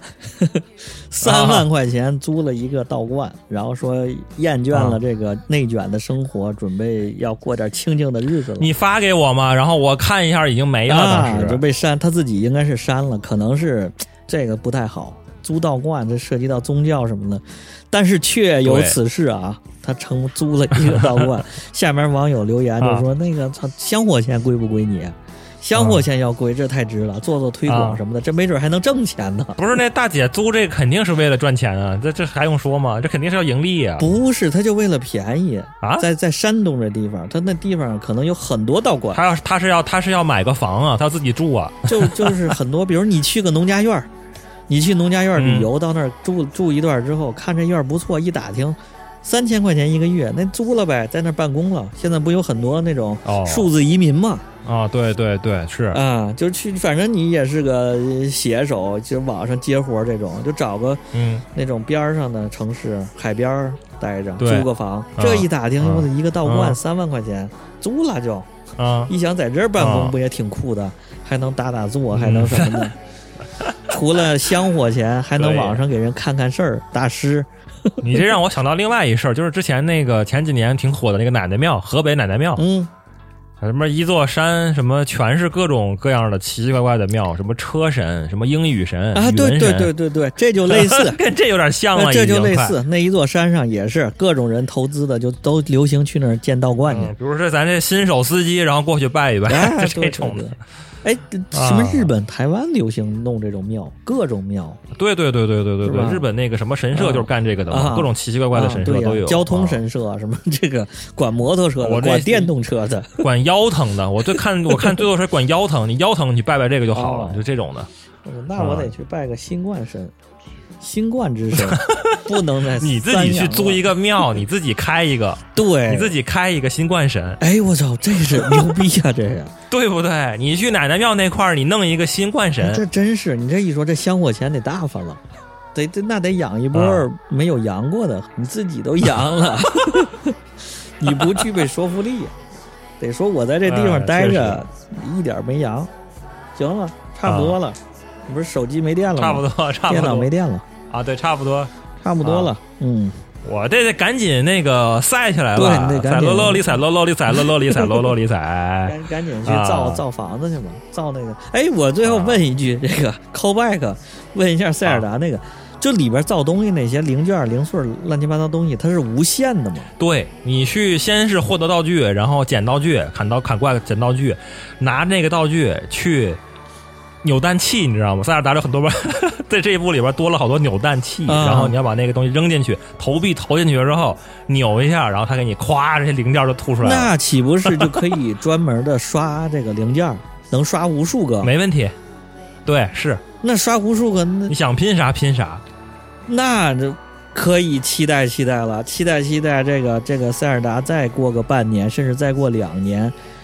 ，3万块钱租了一个道观，然后说厌倦了这个内卷的生活，准备要过点清静的日子了。 你发给我吗？然后我看一下，已经没了，当时就被删，他自己应该是删了，可能是这个不太好。租道观这涉及到宗教什么的，但是确有此事啊，他租了一个道观。下面网友留言就说：“那个香火钱归不归你？香火钱要归，这太值了，做推广什么的，这没准还能挣钱呢。” 不是，那大姐租这个肯定是为了赚钱啊，这还用说吗？这肯定是要盈利啊。 不是，他就为了便宜啊。在山东这地方，他那地方可能有很多道观。 他是要买个房啊，他自己住啊。 就是很多，比如你去个农家院。你去农家院旅游，到那儿住一段之后，看这院不错，一打听，3000块钱一个月，那租了呗，在那儿办公了。现在不有很多那种数字移民吗？ 对，是啊，就去，反正你也是个写手，就网上接活这种，就找个那种边上的城市，海边待着，租个房。这一打听，我的一个道观3万块钱，租了就一想在这儿办公不也挺酷的，还能打坐，还能什么的。除了香火钱，还能网上给人看看事儿，大师。 你这让我想到另外一事儿，就是之前前几年挺火的那个奶奶庙，河北奶奶庙。什么一座山，什么全是各种各样的奇奇怪怪的庙，什么车神，什么英语神啊，对，这就类似， 跟这有点像了。 这就类似，那一座山上也是各种人投资的，就都流行去那儿建道观去。 比如说咱这新手司机，然后过去拜一拜，这种的。 哎，什么日本、台湾流行弄这种庙，各种庙。 对，日本那个什么神社就是干这个的嘛，各种奇奇怪怪的神社都有。 交通神社什么这个管摩托车的，管电动车的， 管腰疼的。我看最多是管腰疼，你腰疼你拜拜这个就好了，就这种的。 那我得去拜个新冠神。新冠之神不能再你自己去租一个庙，你自己开一个， 对， 你自己开一个新冠神。 哎，我操，这是牛逼啊！这个对不对？你去奶奶庙那块儿，你弄一个新冠神， 这真是你这一说，这香火钱得大发了，那得养一波没有养过的，你自己都养了，你不具备说服力，得说我在这地方待着，一点没养，行了，差不多了。你不是手机没电了吗？ 差不多， 电脑没电了啊！对，差不多了。 我这得赶紧那个塞起来了， 对， 采喽里采喽喽里采喽喽里采喽喽里采， 赶紧去造房子去吧，造那个。哎，我最后问一句，这个 callback， 问一下塞尔达那个，就里边造东西那些零件、零碎、乱七八糟东西，它是无限的吗？ 对，你去先是获得道具，然后捡道具，砍怪捡道具，拿那个道具去。扭蛋器你知道吗？塞尔达有很多在这一部里边多了好多扭蛋器，然后你要把那个东西扔进去，投币投进去之后扭一下，然后它给你咵这些零件就吐出来了。 那岂不是就可以专门的刷这个零件，能刷无数个？ 没问题。对，是。 那刷无数个， 你想拼啥拼啥。 那这可以期待了，期待这个塞尔达再过个半年，甚至再过2年。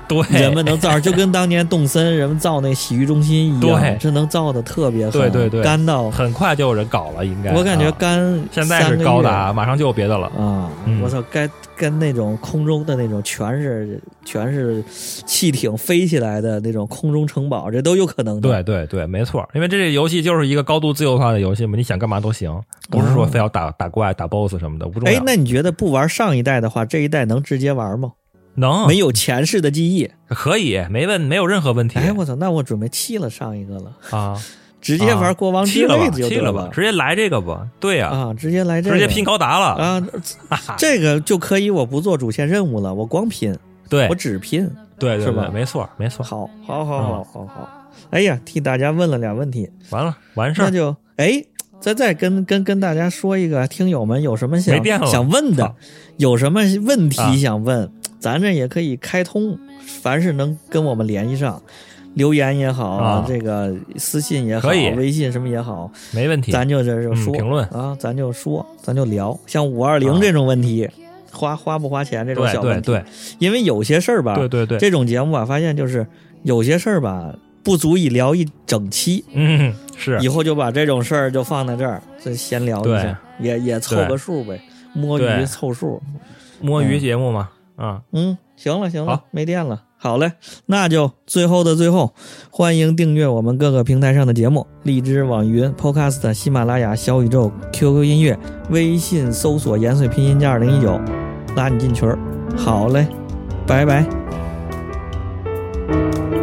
对， 人们能造，就跟当年动森人们造那洗浴中心一样，对，这能造的特别好， 对， 干到很快就有人搞了，应该。 我感觉干现在是高达，马上就有别的了啊！我操，该跟那种空中的那种全是汽艇飞起来的那种空中城堡，这都有可能的。 对，没错，因为这游戏就是一个高度自由化的游戏嘛，你想干嘛都行，不是说非要打怪、打 BOSS 什么的，不重要。 那你觉得不玩上一代的话，这一代能直接玩吗？ 能， 没有前世的记忆可以，没有任何问题。 我操，那我准备弃了上一个了啊。 直接玩国王之泪就对了吧，直接来这个吧。对呀， 直接来这个， 直接拼高达了啊！这个就可以，我不做主线任务了，我光拼， 对， 我只拼， 对， 是吧？ 没错。 好。哎呀，替大家问了俩问题， 完事儿， 那就再跟大家说一个，听友们有什么想问的，有什么问题想问，咱这也可以开通，凡是能跟我们联系上。留言也好，这个私信也好，微信什么也好， 没问题。 咱就这说评论啊，咱就聊。像520这种问题，花不花钱这种小问题， 对， 因为有些事儿吧， 对， 这种节目啊，发现就是有些事儿吧，不足以聊一整期。 是。 以后就把这种事儿就放在这儿，再闲聊一下，也凑个数呗，摸鱼凑数， 摸鱼节目嘛。 行了，没电了。好嘞，那就最后的最后，欢迎订阅我们各个平台上的节目：荔枝、网易云、Podcast、喜马拉雅、小宇宙、QQ 音乐，微信搜索盐水拼音加2019，拉你进群。好嘞，拜拜。